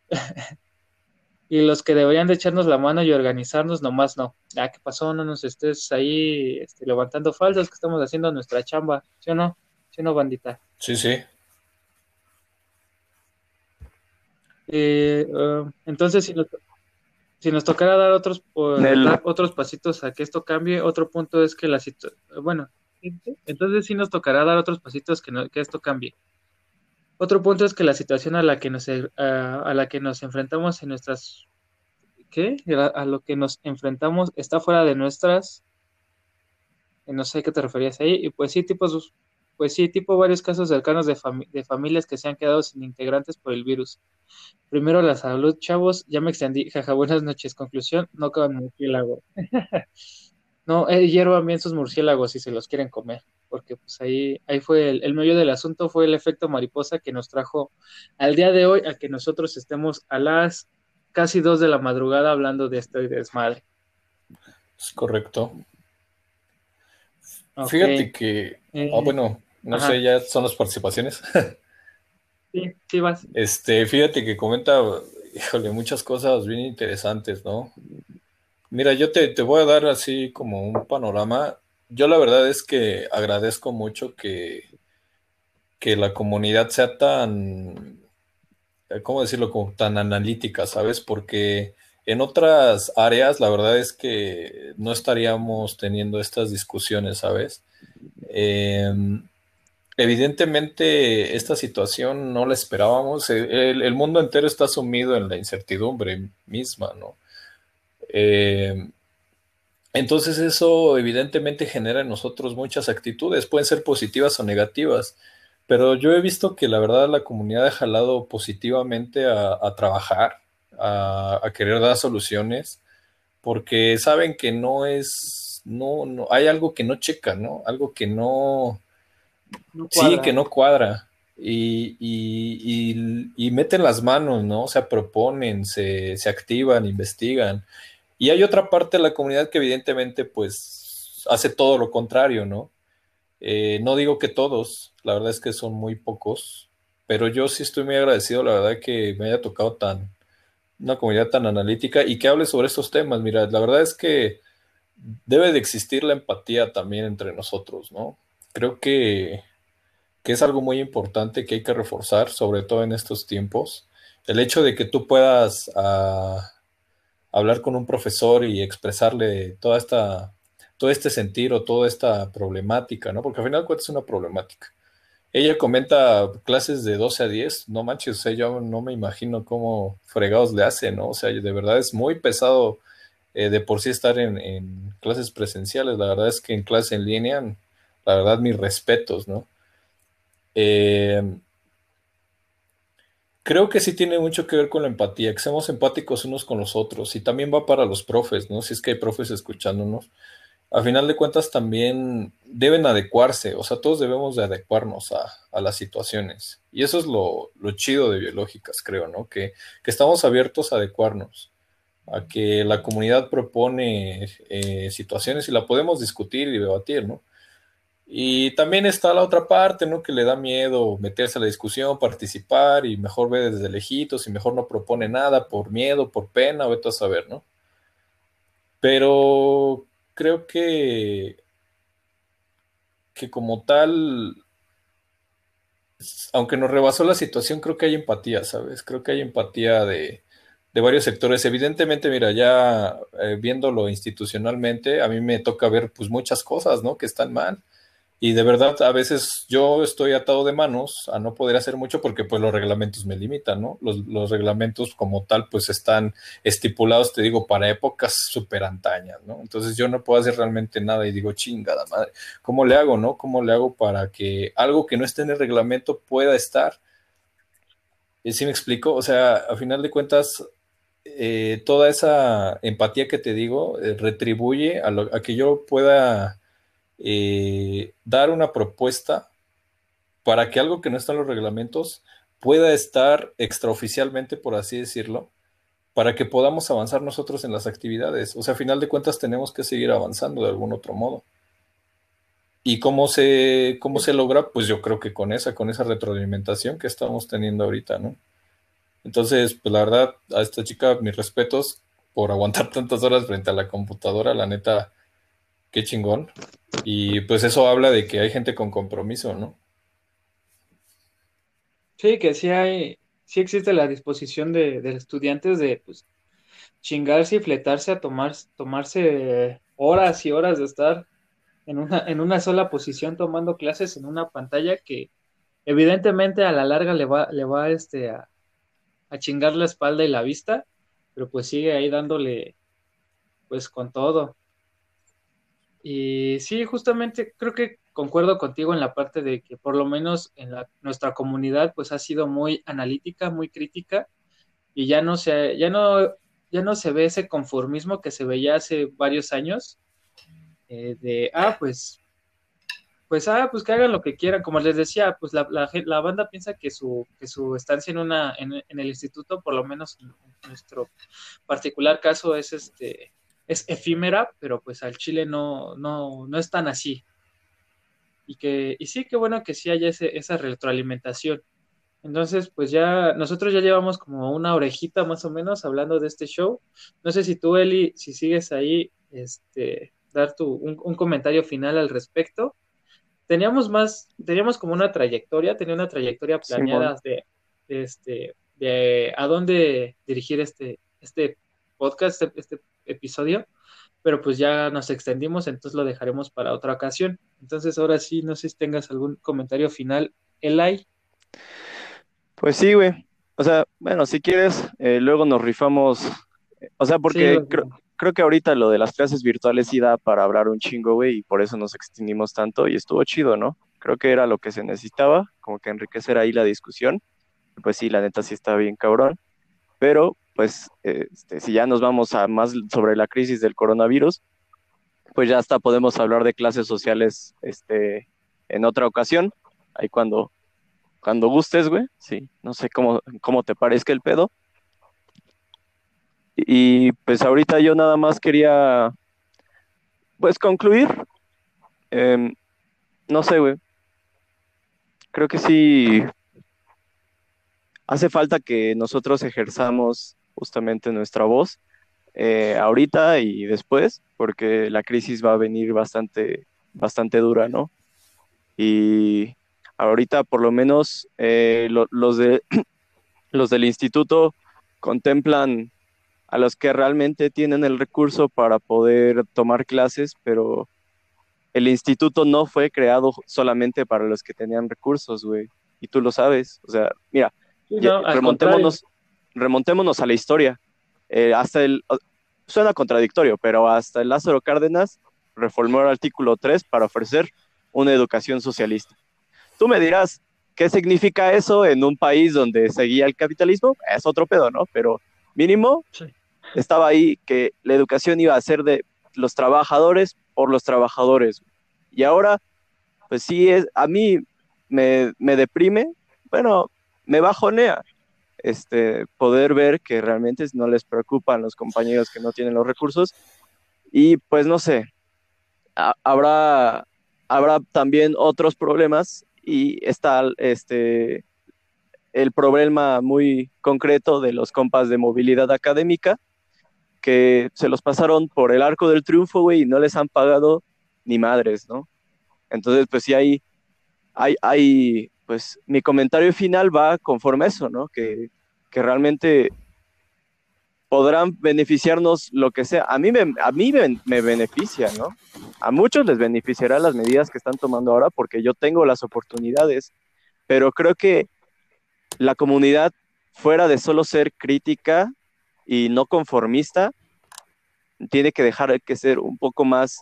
Y los que deberían de echarnos la mano y organizarnos, nomás no. Ah, ¿qué pasó? No nos estés ahí este, levantando falsas, que estamos haciendo nuestra chamba, ¿sí o no? ¿Sí o no, bandita? Sí, sí. Eh, uh, entonces, si nos, si nos tocara dar otros, uh, El, dar otros pasitos a que esto cambie, otro punto es que la situación, bueno, entonces sí nos tocará dar otros pasitos que, no, que esto cambie. Otro punto es que la situación a la que nos, uh, a la que nos enfrentamos en nuestras, ¿qué? A, a lo que nos enfrentamos está fuera de nuestras. No sé a qué te referías ahí, y pues sí, tipos, pues sí, tipo varios casos cercanos de, fami de familias que se han quedado sin integrantes por el virus. Primero la salud, chavos, ya me extendí, jaja, buenas noches. Conclusión, no coman murciélago. No, eh, hiervan bien sus murciélagos si se los quieren comer, porque pues ahí, ahí fue el, el meollo del asunto, fue el efecto mariposa que nos trajo al día de hoy a que nosotros estemos a las casi dos de la madrugada hablando de este desmadre. Es correcto. Ok. Fíjate que, ah, Eh, bueno, no sé, ajá. ya son las participaciones. Sí, sí vas. Este, fíjate que comenta, híjole, muchas cosas bien interesantes, ¿no? Mira, yo te, te voy a dar así como un panorama. Yo la verdad es que agradezco mucho que, que la comunidad sea tan, eh, ¿cómo decirlo? Como tan analítica, ¿sabes? Porque en otras áreas la verdad es que no estaríamos teniendo estas discusiones, ¿sabes? Eh, Evidentemente esta situación no la esperábamos. El, el mundo entero está sumido en la incertidumbre misma, ¿no? Eh, entonces eso evidentemente genera en nosotros muchas actitudes, pueden ser positivas o negativas, pero yo he visto que la verdad la comunidad ha jalado positivamente a, a trabajar, a, a querer dar soluciones, porque saben que no es, no, no, hay algo que no checa, ¿no? Algo que no, No sí, cuadra. que no cuadra. Y, y, y, y meten las manos, ¿no? O sea, proponen, se, se activan, investigan. Y hay otra parte de la comunidad que evidentemente, pues, hace todo lo contrario, ¿no? Eh, no digo que todos, la verdad es que son muy pocos, pero yo sí estoy muy agradecido, la verdad, que me haya tocado tan, una comunidad tan analítica y que hable sobre estos temas. Mira, la verdad es que debe de existir la empatía también entre nosotros, ¿no? Creo que, que es algo muy importante que hay que reforzar, sobre todo en estos tiempos. El hecho de que tú puedas ah, hablar con un profesor y expresarle toda esta, todo este sentir o toda esta problemática, ¿no? Porque al final de cuentas es una problemática. Ella comenta clases de doce a diez, no manches, o sea, yo no me imagino cómo fregados le hace, ¿no? O sea, de verdad es muy pesado eh, de por sí estar en, en clases presenciales. La verdad es que en clase en línea, la verdad, mis respetos, ¿no? Eh, Creo que sí tiene mucho que ver con la empatía, que seamos empáticos unos con los otros y también va para los profes, ¿no? Si es que hay profes escuchándonos. A final de cuentas también deben adecuarse, o sea, todos debemos de adecuarnos a, a las situaciones. Y eso es lo, lo chido de biológicas, creo, ¿no? Que, que estamos abiertos a adecuarnos, a que la comunidad propone eh, situaciones y la podemos discutir y debatir, ¿no? Y también está la otra parte, ¿no? Que le da miedo meterse a la discusión, participar y mejor ve desde lejitos y mejor no propone nada por miedo, por pena, vete a saber, ¿no? Pero creo que, que como tal, aunque nos rebasó la situación, creo que hay empatía, ¿sabes? Creo que hay empatía de, de varios sectores. Evidentemente, mira, ya eh, viéndolo institucionalmente, a mí me toca ver pues muchas cosas, ¿no? Que están mal. Y de verdad, a veces yo estoy atado de manos a no poder hacer mucho porque pues los reglamentos me limitan, ¿no? Los, los reglamentos como tal pues están estipulados, te digo, para épocas súper antañas, ¿no? Entonces yo no puedo hacer realmente nada y digo, chingada madre, ¿cómo le hago, no? ¿Cómo le hago para que algo que no esté en el reglamento pueda estar? ¿Y sí me explico? O sea, a final de cuentas, eh, toda esa empatía que te digo eh, retribuye a, lo, a que yo pueda eh, dar una propuesta para que algo que no está en los reglamentos pueda estar extraoficialmente, por así decirlo, para que podamos avanzar nosotros en las actividades. O sea, a final de cuentas tenemos que seguir avanzando de algún otro modo. ¿Y cómo se, cómo se logra? Pues yo creo que con esa, con esa retroalimentación que estamos teniendo ahorita, ¿no? Entonces, pues la verdad, a esta chica, mis respetos por aguantar tantas horas frente a la computadora, la neta, qué chingón. Y pues eso habla de que hay gente con compromiso, ¿no? Sí, que sí hay, sí existe la disposición de, de estudiantes de pues, chingarse y fletarse a tomar, tomarse horas y horas de estar en una, en una sola posición tomando clases en una pantalla que evidentemente a la larga le va, le va este, a, a chingar la espalda y la vista, pero pues sigue ahí dándole pues con todo. Y sí, justamente creo que concuerdo contigo en la parte de que por lo menos en la, nuestra comunidad pues ha sido muy analítica, muy crítica y ya no se, ya no, ya no se ve ese conformismo que se veía hace varios años eh, de, ah, pues, pues, ah, pues que hagan lo que quieran. Como les decía, pues la, la, la banda piensa que su, que su estancia en, una, en, en el instituto, por lo menos en, en nuestro particular caso, es, este, es efímera, pero pues al Chile no, no, no es tan así. Y, que, y sí, qué bueno que sí haya ese, esa retroalimentación. Entonces, pues ya nosotros ya llevamos como una orejita más o menos hablando de este show. No sé si tú, Eli, si sigues ahí, este, dar tu, un, un comentario final al respecto. Teníamos más, teníamos como una trayectoria, tenía una trayectoria Simón. planeada de, de este, de a dónde dirigir este, este podcast, este, este episodio, pero pues ya nos extendimos, entonces lo dejaremos para otra ocasión. Entonces, ahora sí, no sé si tengas algún comentario final, Eli. Pues sí, güey. O sea, bueno, si quieres, eh, luego nos rifamos. eh, O sea, Sí, porque lo, creo, creo que ahorita lo de las clases virtuales sí da para hablar un chingo, güey, y por eso nos extendimos tanto y estuvo chido, ¿no? Creo que era lo que se necesitaba, como que enriquecer ahí la discusión. Pues sí, la neta sí está bien cabrón. Pero, pues, eh, este, si ya nos vamos a más sobre la crisis del coronavirus, pues ya hasta podemos hablar de clases sociales este, en otra ocasión, ahí cuando, cuando gustes, güey, sí, no sé cómo, cómo te parezca el pedo. Y pues ahorita yo nada más quería, pues concluir, em, no sé, güey, creo que sí hace falta que nosotros ejerzamos justamente nuestra voz eh, ahorita y después, porque la crisis va a venir bastante, bastante dura, ¿no? Y ahorita por lo menos eh, lo- los de, los del instituto contemplan a los que realmente tienen el recurso para poder tomar clases, pero el instituto no fue creado solamente para los que tenían recursos, güey. Y tú lo sabes. O sea, mira, Sí, ya- no, al contrario. remontémonos, remontémonos a la historia. Eh, hasta el, o- suena contradictorio, pero hasta el Lázaro Cárdenas reformó el artículo tres para ofrecer una educación socialista. Tú me dirás, ¿qué significa eso en un país donde seguía el capitalismo? Es otro pedo, ¿no? Pero mínimo Sí. estaba ahí que la educación iba a ser de los trabajadores por los trabajadores. Y ahora, pues sí, es, a mí me, me deprime, bueno, me bajonea este, poder ver que realmente no les preocupan los compañeros que no tienen los recursos. Y pues no sé, ha- habrá, habrá también otros problemas y está este, el problema muy concreto de los compas de movilidad académica que se los pasaron por el arco del triunfo, güey, y no les han pagado ni madres, ¿no? Entonces, pues sí hay, hay, hay, pues mi comentario final va conforme a eso, ¿no? Que, que realmente podrán beneficiarnos lo que sea. A mí, me, a mí me, me beneficia, ¿no? A muchos les beneficiará las medidas que están tomando ahora porque yo tengo las oportunidades, pero creo que la comunidad, fuera de solo ser crítica y no conformista, tiene que dejar que ser un poco más,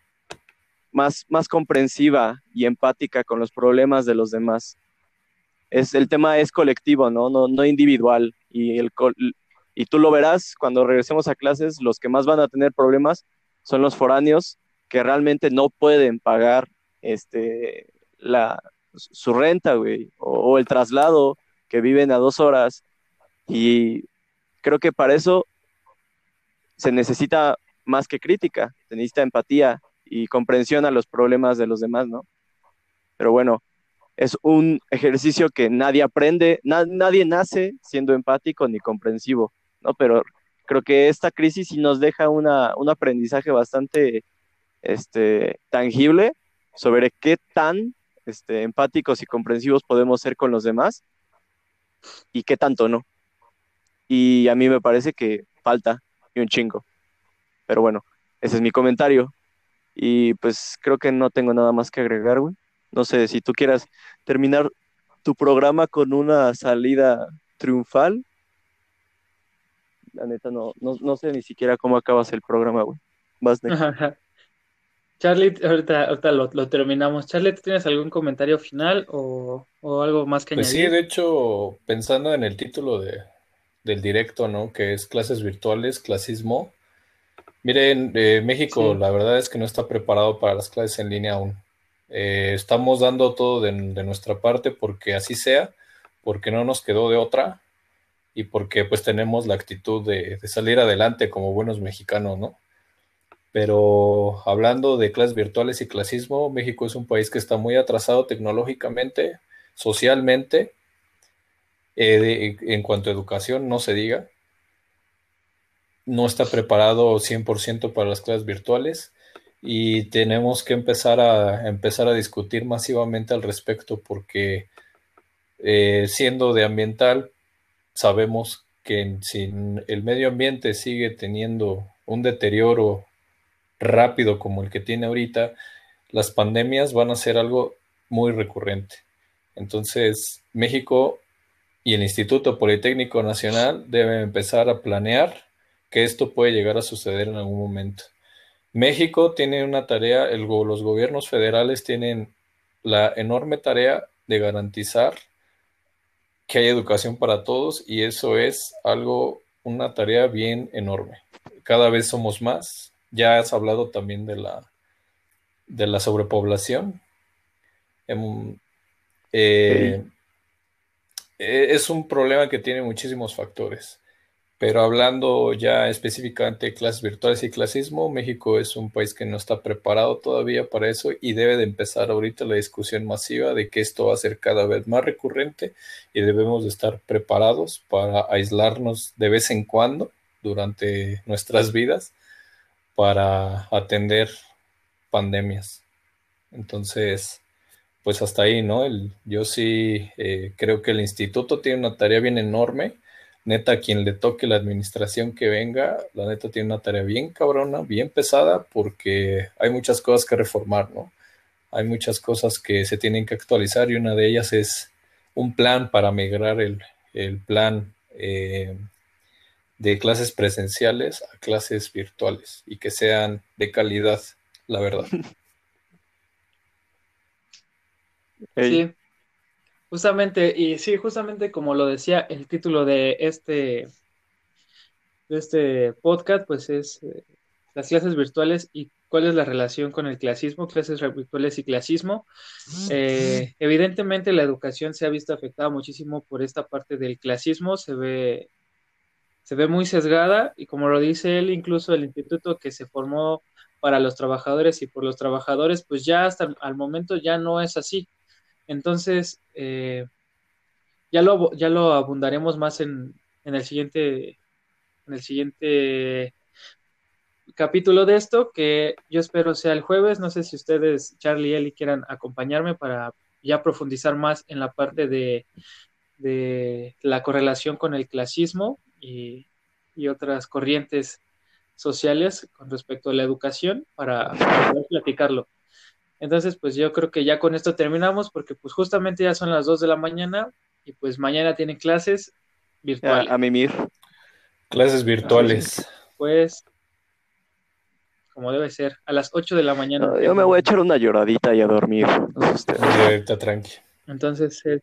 más, más comprensiva y empática con los problemas de los demás. Es, el tema es colectivo, ¿no? No, no individual. Y, el, y tú lo verás cuando regresemos a clases, los que más van a tener problemas son los foráneos que realmente no pueden pagar este, la, su renta, güey, o, o el traslado, que viven a dos horas. Y creo que para eso se necesita más que crítica, se necesita empatía y comprensión a los problemas de los demás, ¿no? Pero bueno, es un ejercicio que nadie aprende, na nadie nace siendo empático ni comprensivo, ¿no? Pero creo que esta crisis sí nos deja una, un aprendizaje bastante este, tangible sobre qué tan este, empáticos y comprensivos podemos ser con los demás y qué tanto no. Y a mí me parece que falta y un chingo. Pero bueno, ese es mi comentario. Y pues creo que no tengo nada más que agregar, güey. No sé si tú quieras terminar tu programa con una salida triunfal. La neta, no, no, no sé ni siquiera cómo acabas el programa, güey. Vas, Nick. Charlie, ahorita, ahorita lo, lo terminamos. Charlie, ¿tú tienes algún comentario final o, o algo más que Pues sí, de añadir? hecho, pensando en el título de, del directo, ¿no? Que es clases virtuales, clasismo. Miren, eh, México, Sí, la verdad es que no está preparado para las clases en línea aún. Eh, estamos dando todo de, de nuestra parte porque así sea, porque no nos quedó de otra y porque pues tenemos la actitud de, de salir adelante como buenos mexicanos, ¿no? Pero hablando de clases virtuales y clasismo, México es un país que está muy atrasado tecnológicamente, socialmente, eh, de- en cuanto a educación, no se diga. No está preparado cien por ciento para las clases virtuales y tenemos que empezar a, empezar a discutir masivamente al respecto porque eh, siendo de ambiental, sabemos que si el medio ambiente sigue teniendo un deterioro rápido como el que tiene ahorita, las pandemias van a ser algo muy recurrente. Entonces, México y el Instituto Politécnico Nacional deben empezar a planear que esto puede llegar a suceder en algún momento. México tiene una tarea, el, los gobiernos federales tienen la enorme tarea de garantizar que haya educación para todos y eso es algo, una tarea bien enorme. Cada vez somos más Ya has hablado también de la, de la sobrepoblación. Em, eh, eh, es un problema que tiene muchísimos factores. Pero hablando ya específicamente de clases virtuales y clasismo, México es un país que no está preparado todavía para eso y debe de empezar ahorita la discusión masiva de que esto va a ser cada vez más recurrente y debemos de estar preparados para aislarnos de vez en cuando durante nuestras vidas para atender pandemias. Entonces, pues hasta ahí, ¿no? El, yo sí eh, creo que el instituto tiene una tarea bien enorme. Neta, a quien le toque la administración que venga, la neta tiene una tarea bien cabrona, bien pesada, porque hay muchas cosas que reformar, ¿no? Hay muchas cosas que se tienen que actualizar y una de ellas es un plan para migrar el, el plan eh, de clases presenciales a clases virtuales y que sean de calidad, la verdad. Ey, Sí, justamente, y sí, justamente como lo decía el título de este, de este podcast, pues es eh, las clases virtuales y cuál es la relación con el clasismo, clases virtuales y clasismo. Eh, evidentemente la educación se ha visto afectada muchísimo por esta parte del clasismo, se ve, se ve muy sesgada y como lo dice él, incluso el instituto que se formó para los trabajadores y por los trabajadores, pues ya hasta el al momento ya no es así. Entonces, eh, ya lo, ya lo abundaremos más en, en el siguiente, en el siguiente capítulo de esto, que yo espero sea el jueves. No sé si ustedes, Charlie y Eli, quieran acompañarme para ya profundizar más en la parte de, de la correlación con el clasismo y, y otras corrientes sociales con respecto a la educación para, para poder platicarlo. Entonces, pues yo creo que ya con esto terminamos porque pues justamente ya son las dos de la mañana y pues mañana tienen clases a, virtuales. a mimir. Clases Sí, sí. virtuales. Pues como debe ser, a las ocho de la mañana. No, yo me voy a echar una lloradita y a dormir. No sé ustedes. Ahorita tranqui. Entonces, eh,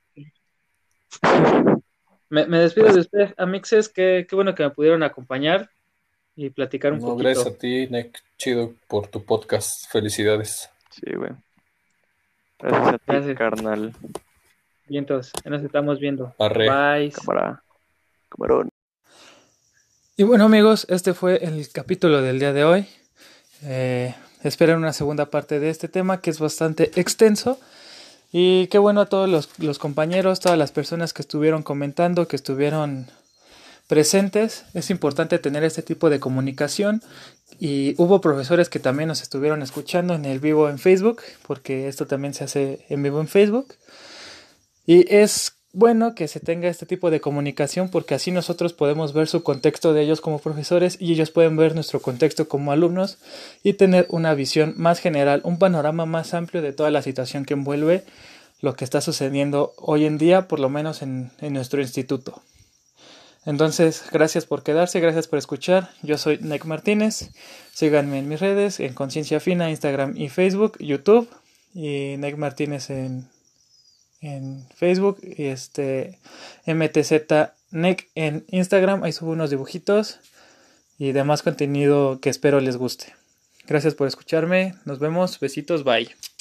me, me despido Pues, de ustedes, amixes, qué, qué bueno que me pudieron acompañar y platicar un No, gracias poquito. a ti, Nick. Chido por tu podcast. Felicidades. sí, güey. Gracias a ti, Gracias. carnal. Bien, entonces, ya nos estamos viendo. Arre. Bye. Cámara. Camarón. Y bueno, amigos, este fue el capítulo del día de hoy. Eh, esperen una segunda parte de este tema que es bastante extenso. Y qué bueno a todos los, los compañeros, todas las personas que estuvieron comentando, que estuvieron presentes. Es importante tener este tipo de comunicación. Y hubo profesores que también nos estuvieron escuchando en el vivo en Facebook, porque esto también se hace en vivo en Facebook. Y es bueno que se tenga este tipo de comunicación porque así nosotros podemos ver su contexto de ellos como profesores y ellos pueden ver nuestro contexto como alumnos y tener una visión más general, un panorama más amplio de toda la situación que envuelve lo que está sucediendo hoy en día, por lo menos en, en nuestro instituto. Entonces, gracias por quedarse, gracias por escuchar. Yo soy Nick Martínez. Síganme en mis redes, en Conciencia Fina, Instagram y Facebook, YouTube. Y Nick Martínez en, en Facebook. Y este M T Z Nick en Instagram. Ahí subo unos dibujitos y demás contenido que espero les guste. Gracias por escucharme. Nos vemos. Besitos. Bye.